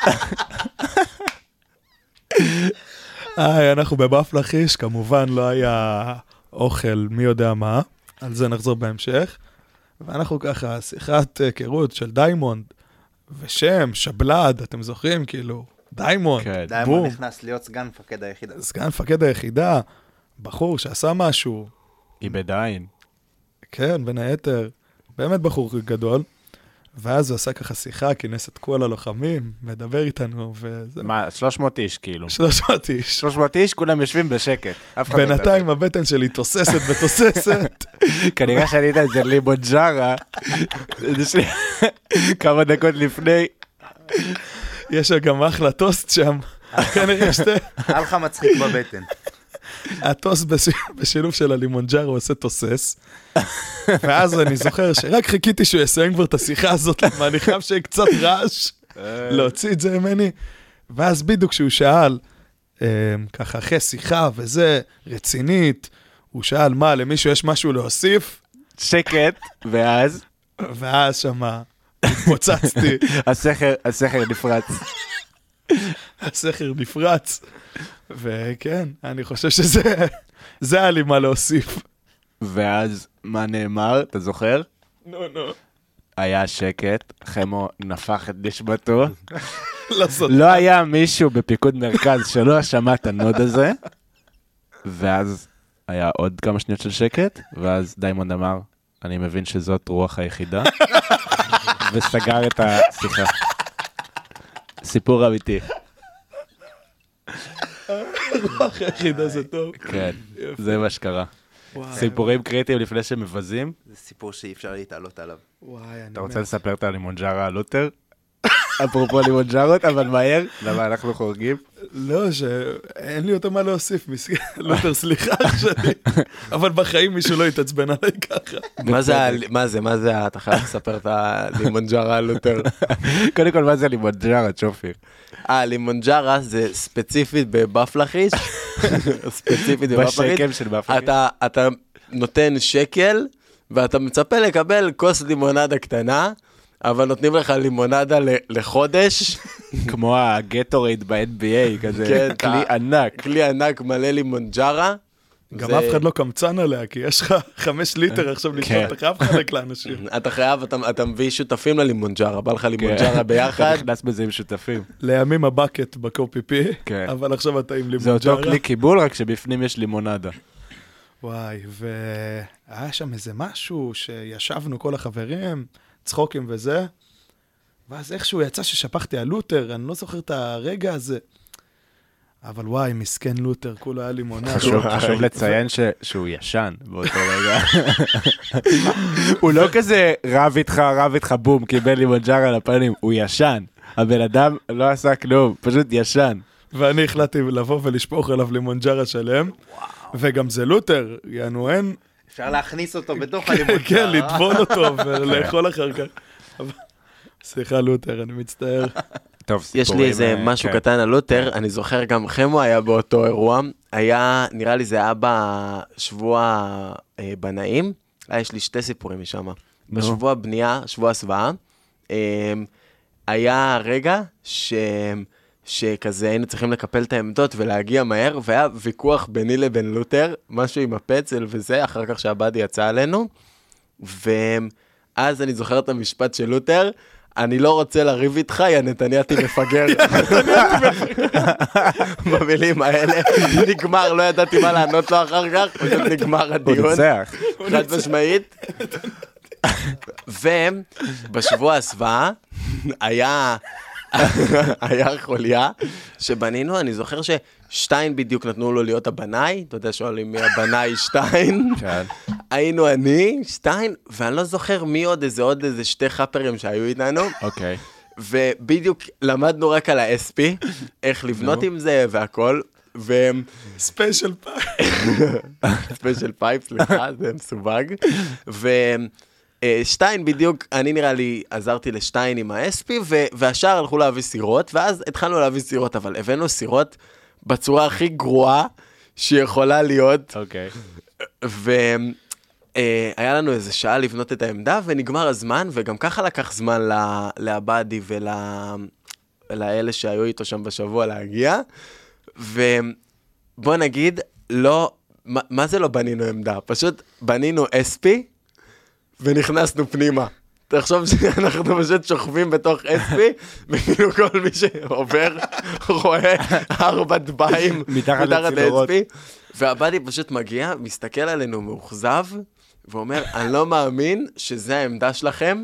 אנחנו בבפלחיש, כמובן לא היה אוכל מי יודע מה, על זה נחזור בהמשך. ואנחנו ככה, שיחת היכרות של דיימונד, ושם, שבלד, אתם זוכרים? כאילו, דיימונד, כן. דיימונד נכנס להיות סגן מפקד היחידה. סגן מפקד היחידה, בחור שעשה משהו. איבד עין. כן, בין היתר, באמת בחור גדול. ואז הוא עשה ככה שיחה, כינס את כל הלוחמים, מדבר איתנו, וזה... מה, 300 איש כאילו? 300 איש. 300 איש, כולם יושבים בשקט. בינתיים הבטן שלי תוססת ותוססת. כנראה שענית את זה לימונג'רה, כמה דקות לפני. יש גם אחלה טוסט שם. כנראה שתי... היה לך מצחיק בבטן. הטוסט בשילוב של הלימונג'רה הוא עושה תוסס. ואז אני זוכר שרק חיכיתי שהוא יסיים כבר את השיחה הזאת, למה אני חייב שיהיה קצת רעש, להוציא את זה ממני. ואז בדיוק כשהוא שאל, ככה אחרי שיחה וזה, רצינית, הוא שאל מה, למישהו יש משהו להוסיף? שקט, ואז? ואז שמה, התפוצצתי. הסכר נפרץ. הסכר נפרץ. וכן, אני חושב שזה היה לי מה להוסיף. ואז מה נאמר, אתה זוכר? נו. היה שקט, חמו נפח את נשמתו. לעשות. לא היה מישהו בפיקוד מרכז שלא שמע את הנוד הזה, ואז היה עוד כמה שניות של שקט, ואז דיימונד אמר, אני מבין שזאת רוח היחידה, וסגר את השיחה. סיפור אמיתי. רוח היחידה זה טוב. כן, זה מה שקרה. סיפורים קריטיים לפני שמבזים. זה סיפור שאי אפשר להתעלות עליו. אתה רוצה לספר את הלימונג'רה על לותר? אפרופו לימונג'רות, אבל מהר, למה אנחנו חורגים? לא, שאין לי יותר מה להוסיף, לותר סליחה שלי, אבל בחיים מישהו לא יתעצבן עליי ככה. מה זה, אתה חייב לספר את הלימונג'רה על לותר. קודם כל, מה זה לימונג'רה, צ'ופיר? לימונג'רה זה ספציפית בבפלחיש, ספציפית בבפלחיש. בשקם של בפלחיש. אתה נותן שקל, ואתה מצפה לקבל כוס לימונדה קטנה, אבל נותנים לך לימונדה לחודש. כמו הגטורייד ב-NBA, כזה כלי ענק. כלי ענק מלא לימונג'רה. גם אף אחד לא קמצן עליה, כי יש לך 5 ליטר עכשיו לשתות, אתה חייב חלק לאנשים. אתה חייב, אתה מביא שותפים ללימונג'רה, בא לך לימונג'רה ביחד. אתה נכנס בזה עם שותפים. לימים הבקט בקופיפי, אבל עכשיו אתה עם לימונג'רה. זה אותו כלי קיבול, רק שבפנים יש לימונדה. וואי, והיה שם איזה משהו שישבנו כל החברים, צחוקים וזה, ואז איכשהו יצא ששפחתי על לותר, אני לא זוכר את הרגע הזה, אבל וואי, מסכן לותר, כולו היה לימונדה. חשוב לציין שהוא ישן באותו רגע. הוא לא כזה רב איתך, בום, קיבל לימונג'רה לפנים, הוא ישן. הבן אדם לא עשה כלום, פשוט ישן. ואני החלטתי לבוא ולשפוך עליו לימונג'רה שלם, וגם זה לותר, יענו אין. אפשר להכניס אותו בתוך הלימונג'רה. כן, לטבול אותו ולאכול אחר כך. סליחה לותר, אני מצטער. יש לי איזה משהו קטן על לותר, אני זוכר גם חמו היה באותו אירוע, היה, נראה לי זה היה בשבוע בנאים, יש לי 2 סיפורים משם. בשבוע בנייה, שבוע הסוואה, היה רגע שכזה היינו צריכים לקפל את העמדות ולהגיע מהר, והיה ויכוח ביני לבין לותר, משהו עם הפצל וזה, אחר כך שהבאדי יצא עלינו, ואז אני זוכר את המשפט של לותר, אני לא רוצה לריב איתך, יא נתניאתי מפגר. במילים האלה, נגמר, לא ידעתי מה לענות לו אחר כך, פשוט נגמר הדיון. הוא נצח. חד משמעית. ובשבוע הסוואה היה היה חוליה שבנינו, אני זוכר ששטיין בדיוק נתנו לו להיות הבנאי, אתה יודע שואלים מי הבנאי שטיין, היינו אני, שטיין, ואני לא זוכר מי עוד איזה שתי חאפרים שהיו איתנו, אוקיי. ובדיוק למדנו רק על ה-SP, איך לבנות עם זה והכל, ספיישל פייפ. ספיישל פייפ, סליחה, זה מסווג, שטיין בדיוק, אני נראה לי עזרתי לשטיין עם ה-SP, והשאר הלכו להביא סירות, ואז התחלנו להביא סירות, אבל הבאנו סירות בצורה הכי גרועה שיכולה להיות. אוקיי. והיה לנו איזה שעה לבנות את העמדה, ונגמר הזמן, וגם ככה לקח זמן לאבדי ולאלה שהיו איתו שם בשבוע להגיע, ובוא נגיד, לא, מה זה לא בנינו עמדה? פשוט בנינו SP, ונכנסנו פנימה. תחשוב שאנחנו פשוט שוכבים בתוך SP, וכאילו כל מי שעובר רואה 4 דביים מתחת ל-SP, והבדי פשוט מגיע, מסתכל עלינו מאוכזב, ואומר, אני לא מאמין שזה העמדה שלכם,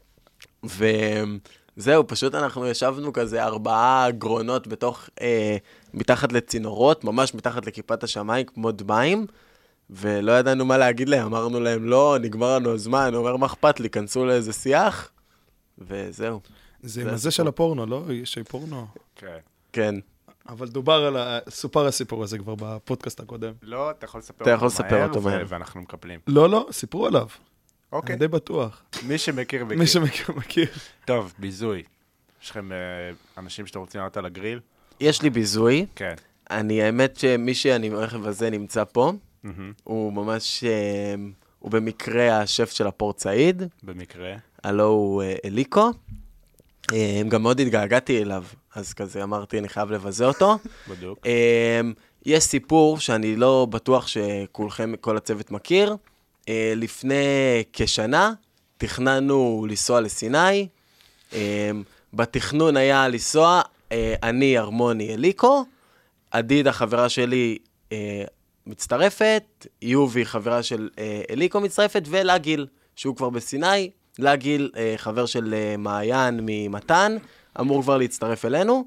וזהו, פשוט אנחנו ישבנו כזה 4 גרונות בתוך, מתחת לצינורות, ממש מתחת לכיפת השמיים, כמו דביים, ולא ידענו מה להגיד להם, אמרנו להם, לא, נגמר לנו הזמן, הוא אומר, מה אכפת לי, כנסו לאיזה שיח, וזהו. זה עם הזה של הפורנו, לא? יש פורנו. כן. כן. אבל דובר סופר הסיפור הזה כבר בפודקאסט הקודם. לא, אתה יכול לספר אותו מהר, ואנחנו מקפלים. לא, סיפרו עליו. אוקיי. אני די בטוח. מי שמכיר, מכיר. מי שמכיר, מכיר. טוב, ביזוי. יש לכם אנשים שאתם רוצים לעלות על הגריל? יש לי ביזוי. כן. האמת שמי שאני ברכב הזה נמצא פה, הוא ממש, הוא במקרה השף של הפורט סעיד. במקרה. הלו הוא אליקו. גם מאוד התגעגעתי אליו, אז כזה אמרתי, אני חייב לבזה אותו. בדיוק. יש סיפור שאני לא בטוח שכולכם, כל הצוות מכיר. לפני כשנה תכננו לנסוע לסיני. בתכנון היה לנסוע, אני, ארמוני, אליקו. עדיד, החברה שלי, מצטרפת. יובי, חברה של אליקו, מצטרפת. ולגיל, שהוא כבר בסיני. לגיל, חבר של מעיין ממתן, אמור כבר להצטרף אלינו.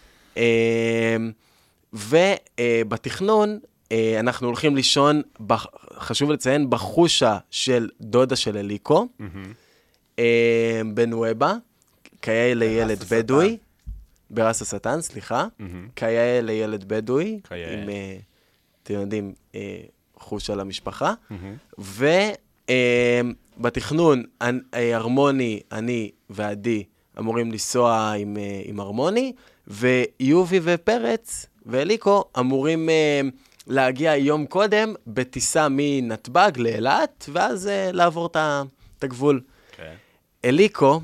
ובתכנון, אנחנו הולכים לישון, חשוב לציין, בחושה של דודה של אליקו, בנואבה, כיאה לילד בדואי, ברס השטן, סליחה, כיאה לילד בדואי, עם, אתם יודעים, חושה למשפחה, בתכנון, הרמוני, אני ועדי אמורים לנסוע עם הרמוני, ויובי ופרץ ואליקו אמורים להגיע יום קודם בטיסה מנתב"ג לאילת, ואז לעבור את הגבול. אליקו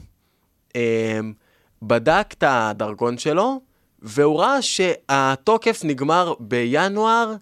בדק את הדרכון שלו, והוא ראה שהתוקף נגמר בינואר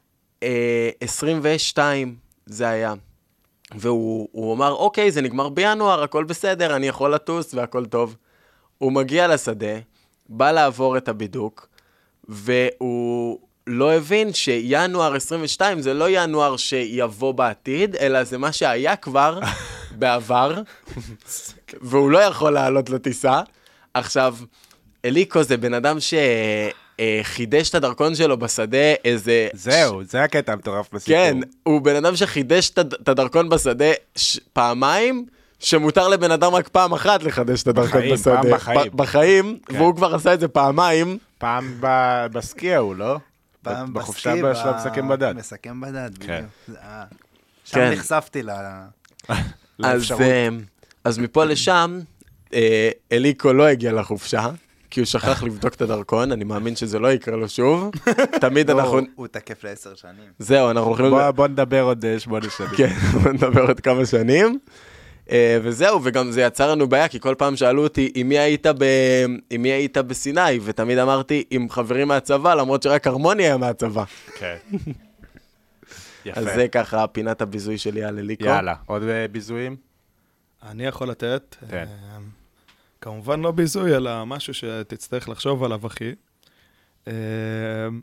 22, זה היה. והוא אמר, אוקיי, זה נגמר בינואר, הכל בסדר, אני יכול לטוס והכל טוב. הוא מגיע לשדה, בא לעבור את הבידוק, והוא לא הבין שינואר 22 זה לא ינואר שיבוא בעתיד, אלא זה מה שהיה כבר בעבר, והוא לא יכול לעלות לטיסה. עכשיו, אליקו זה בן אדם חידש את הדרכון שלו בשדה איזה... זהו, זה הקטע המטורף בסיפור. כן, הוא בן אדם שחידש את הדרכון בשדה פעמיים, שמותר לבן אדם רק פעם אחת לחדש את הדרכון בשדה. פעם בחיים. בחיים, והוא כבר עשה את זה פעמיים. פעם בסקי הוא, לא? פעם בחופשה בסקי, בשלב מסכם בדד. מסכם בדד, כן. בדיוק. שם נחשפתי לאפשרות. אז מפה לשם, אליקו לא הגיע לחופשה, כי הוא שכח לבדוק את הדרכון, אני מאמין שזה לא יקרה לו שוב. תמיד אנחנו... הוא תקף ל10 שנים. זהו, אנחנו הולכים... בוא נדבר עוד 8 שנים. כן, בוא נדבר עוד כמה שנים. וזהו, וגם זה יצר לנו בעיה, כי כל פעם שאלו אותי, עם מי היית בסיני? ותמיד אמרתי, עם חברים מהצבא, למרות שרק הרמוני היה מהצבא. כן. יפה. אז זה ככה פינת הביזוי שלי על אליקו. יאללה, עוד ביזויים? אני יכול לתת. כן. כמובן לא ביזוי, אלא משהו שתצטרך לחשוב עליו, אחי.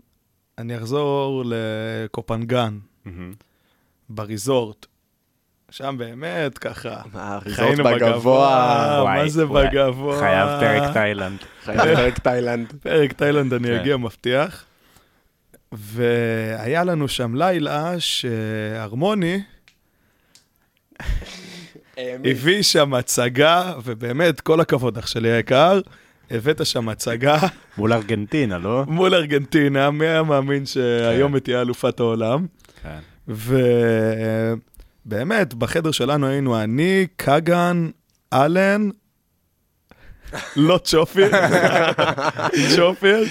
אני אחזור לקופנגן, בריזורט, שם באמת ככה, ריזורט בגבוה. מה זה בגבוה? חייב פרק תאילנד. פרק תאילנד אני אגיע מבטיח. והיה לנו שם לילה שהרמוני הביא שם הצגה, ובאמת כל הכבוד אח שלי היקר, הבאת שם הצגה. מול ארגנטינה, לא? מול ארגנטינה, מי היה מאמין שהיום תהיה אלופת העולם. כן. ובאמת, בחדר שלנו היינו אני, קאגן, אלן, לא צ'ופיר, צ'ופיר,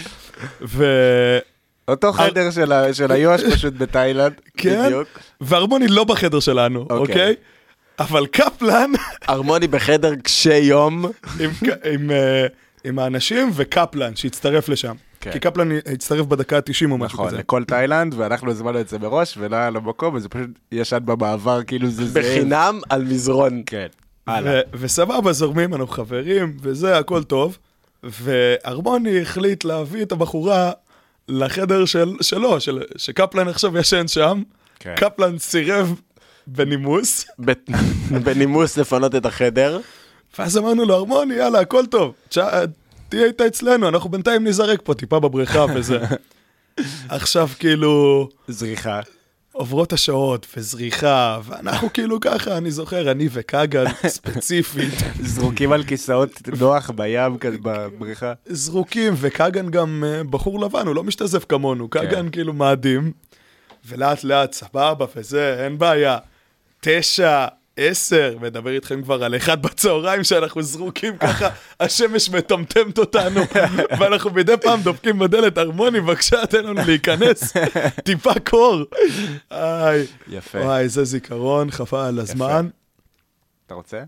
אותו חדר של היוש פשוט בתאילנד. כן, והרמוני לא בחדר שלנו, אוקיי? אבל קפלן... הרמוני בחדר קשי יום. עם האנשים וקפלן שהצטרף לשם. כי קפלן הצטרף בדקה ה-90 או משהו כזה. נכון, לכל תאילנד, ואנחנו הזמנו את זה מראש, ולא היה לו מקום, וזה פשוט ישן במעבר, כאילו זה... בחינם על מזרון. כן. וסבבה, זורמים, אנחנו חברים, וזה הכל טוב. והרמוני החליט להביא את הבחורה לחדר שלו, שקפלן עכשיו ישן שם. קפלן סירב בנימוס. בנימוס לפנות את החדר. ואז אמרנו לו, הרמוני, יאללה, הכל טוב. תהיה איתה אצלנו, אנחנו בינתיים נזרק פה טיפה בבריכה וזה. עכשיו כאילו... זריחה. עוברות השעות וזריחה, ואנחנו כאילו ככה, אני זוכר, אני וקאגן ספציפית. זרוקים על כיסאות נוח בים כזה בבריכה. זרוקים, וקאגן גם בחור לבן, הוא לא משתזף כמונו. קאגן כאילו מאדים, ולאט לאט סבבה וזה, אין בעיה. 9, 10, מדבר איתכם כבר על 1 בצהריים שאנחנו זרוקים ככה, השמש מטמטמת אותנו, ואנחנו מדי פעם דופקים בדלת, הרמוני, בבקשה, תן לנו להיכנס, טיפה קור. יפה. וואי, זה זיכרון, חפה על הזמן. אתה רוצה?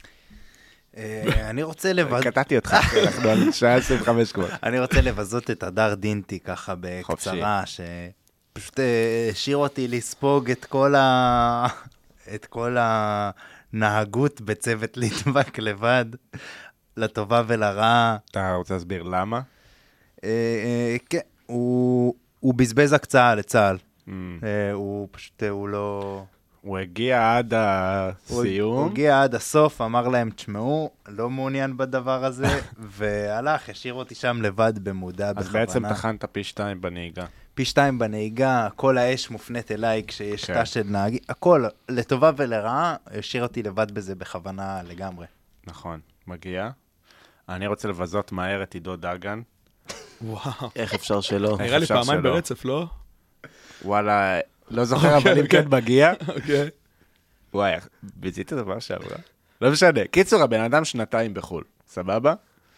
אני רוצה לבזות... קטעתי אותך, אנחנו על שעה 25 כבר. אני רוצה לבזות את הדר דינטי ככה בקצרה, שפשוט השאיר אותי לספוג את כל הנהגות בצוות ליטבק לבד, לטובה ולרעה. אתה רוצה להסביר למה? כן, הוא בזבז הקצאה לצהל. הוא פשוט, הוא לא... הוא הגיע עד הסיום. הוא הגיע עד הסוף, אמר להם, תשמעו, לא מעוניין בדבר הזה, והלך, השאיר אותי שם לבד במודע, בכוונה. אז בעצם תחנת פי 2 בנהיגה. פי 2 בנהיגה, כל האש מופנית אליי כשיש תא של נהגי, הכל, לטובה ולרעה, השאיר אותי לבד בזה בכוונה לגמרי. נכון, מגיע. אני רוצה לבזות מהר את עידו דגן. וואו. איך אפשר שלא? נראה לי פעמיים ברצף, לא? וואלה, לא זוכר, אבל אם כן מגיע. אוקיי. וואי, ביזית דבר שעברה. לא משנה. קיצור, הבן אדם 2 בחול. סבבה?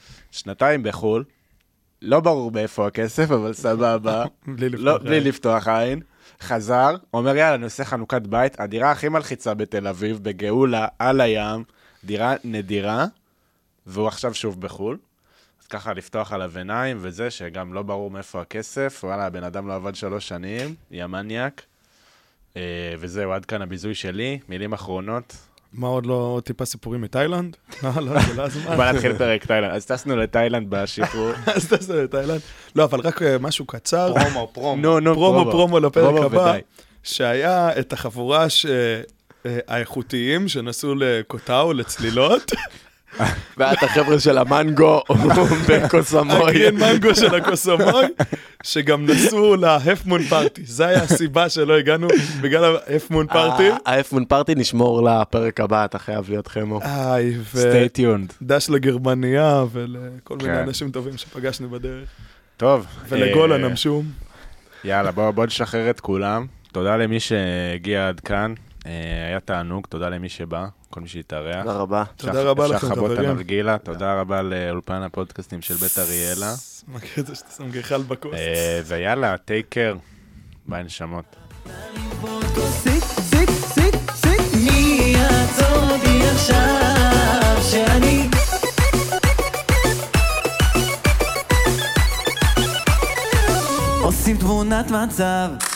2 בחול. לא ברור מאיפה הכסף, אבל סבבה. בלי לפתוח עין. חזר, אומר, יאללה, אני עושה חנוכת בית. הדירה הכי מלחיצה בתל אביב, בגאולה, על הים, דירה נדירה, והוא עכשיו שוב בחול. אז ככה לפתוח עליו עיניים, וזה שגם לא ברור מאיפה הכסף. וואלה, הבן אדם לא עבד 3 שנים, היא המניאק. וזהו, עד כאן הביזוי שלי, מילים אחרונות. מה עוד לא טיפה סיפורים מתאילנד? לא, זה לא הזמן. בוא נתחיל פרק תאילנד. אז טסנו לתאילנד בשחרור. אז טסנו לתאילנד. לא, אבל רק משהו קצר. פרומו. לפרק הבא, שהיה את החבורה האיכותיים שנסעו לקוטאו, לצלילות. ואת החבר'ה של המנגו בקוסמוי. הגרין מנגו של הקוסמוי, שגם נסעו להפמון פארטי. זה היה הסיבה שלא הגענו בגלל ההפמון פארטי. ההפמון פארטי נשמור לפרק הבא, אתה חייב להיות חמו. Stay tuned. דש לגרמניה ולכל מיני אנשים טובים שפגשנו בדרך. טוב. ולגולן המשום. יאללה, בוא נשחרר את כולם. תודה למי שהגיע עד כאן. היה תענוג, תודה למי שבא. כל מי שהתארח. תודה רבה. תודה רבה לכם, חברים. אפשר חבות הנרגילה. תודה רבה לאולפן הפודקאסטים של בית אריאלה. מכיר את זה שאתה שם גחל בכוס. ויאללה, טייק קר. ביי נשמות. מי יעצור אותי עכשיו שאני עושים תמונת מצב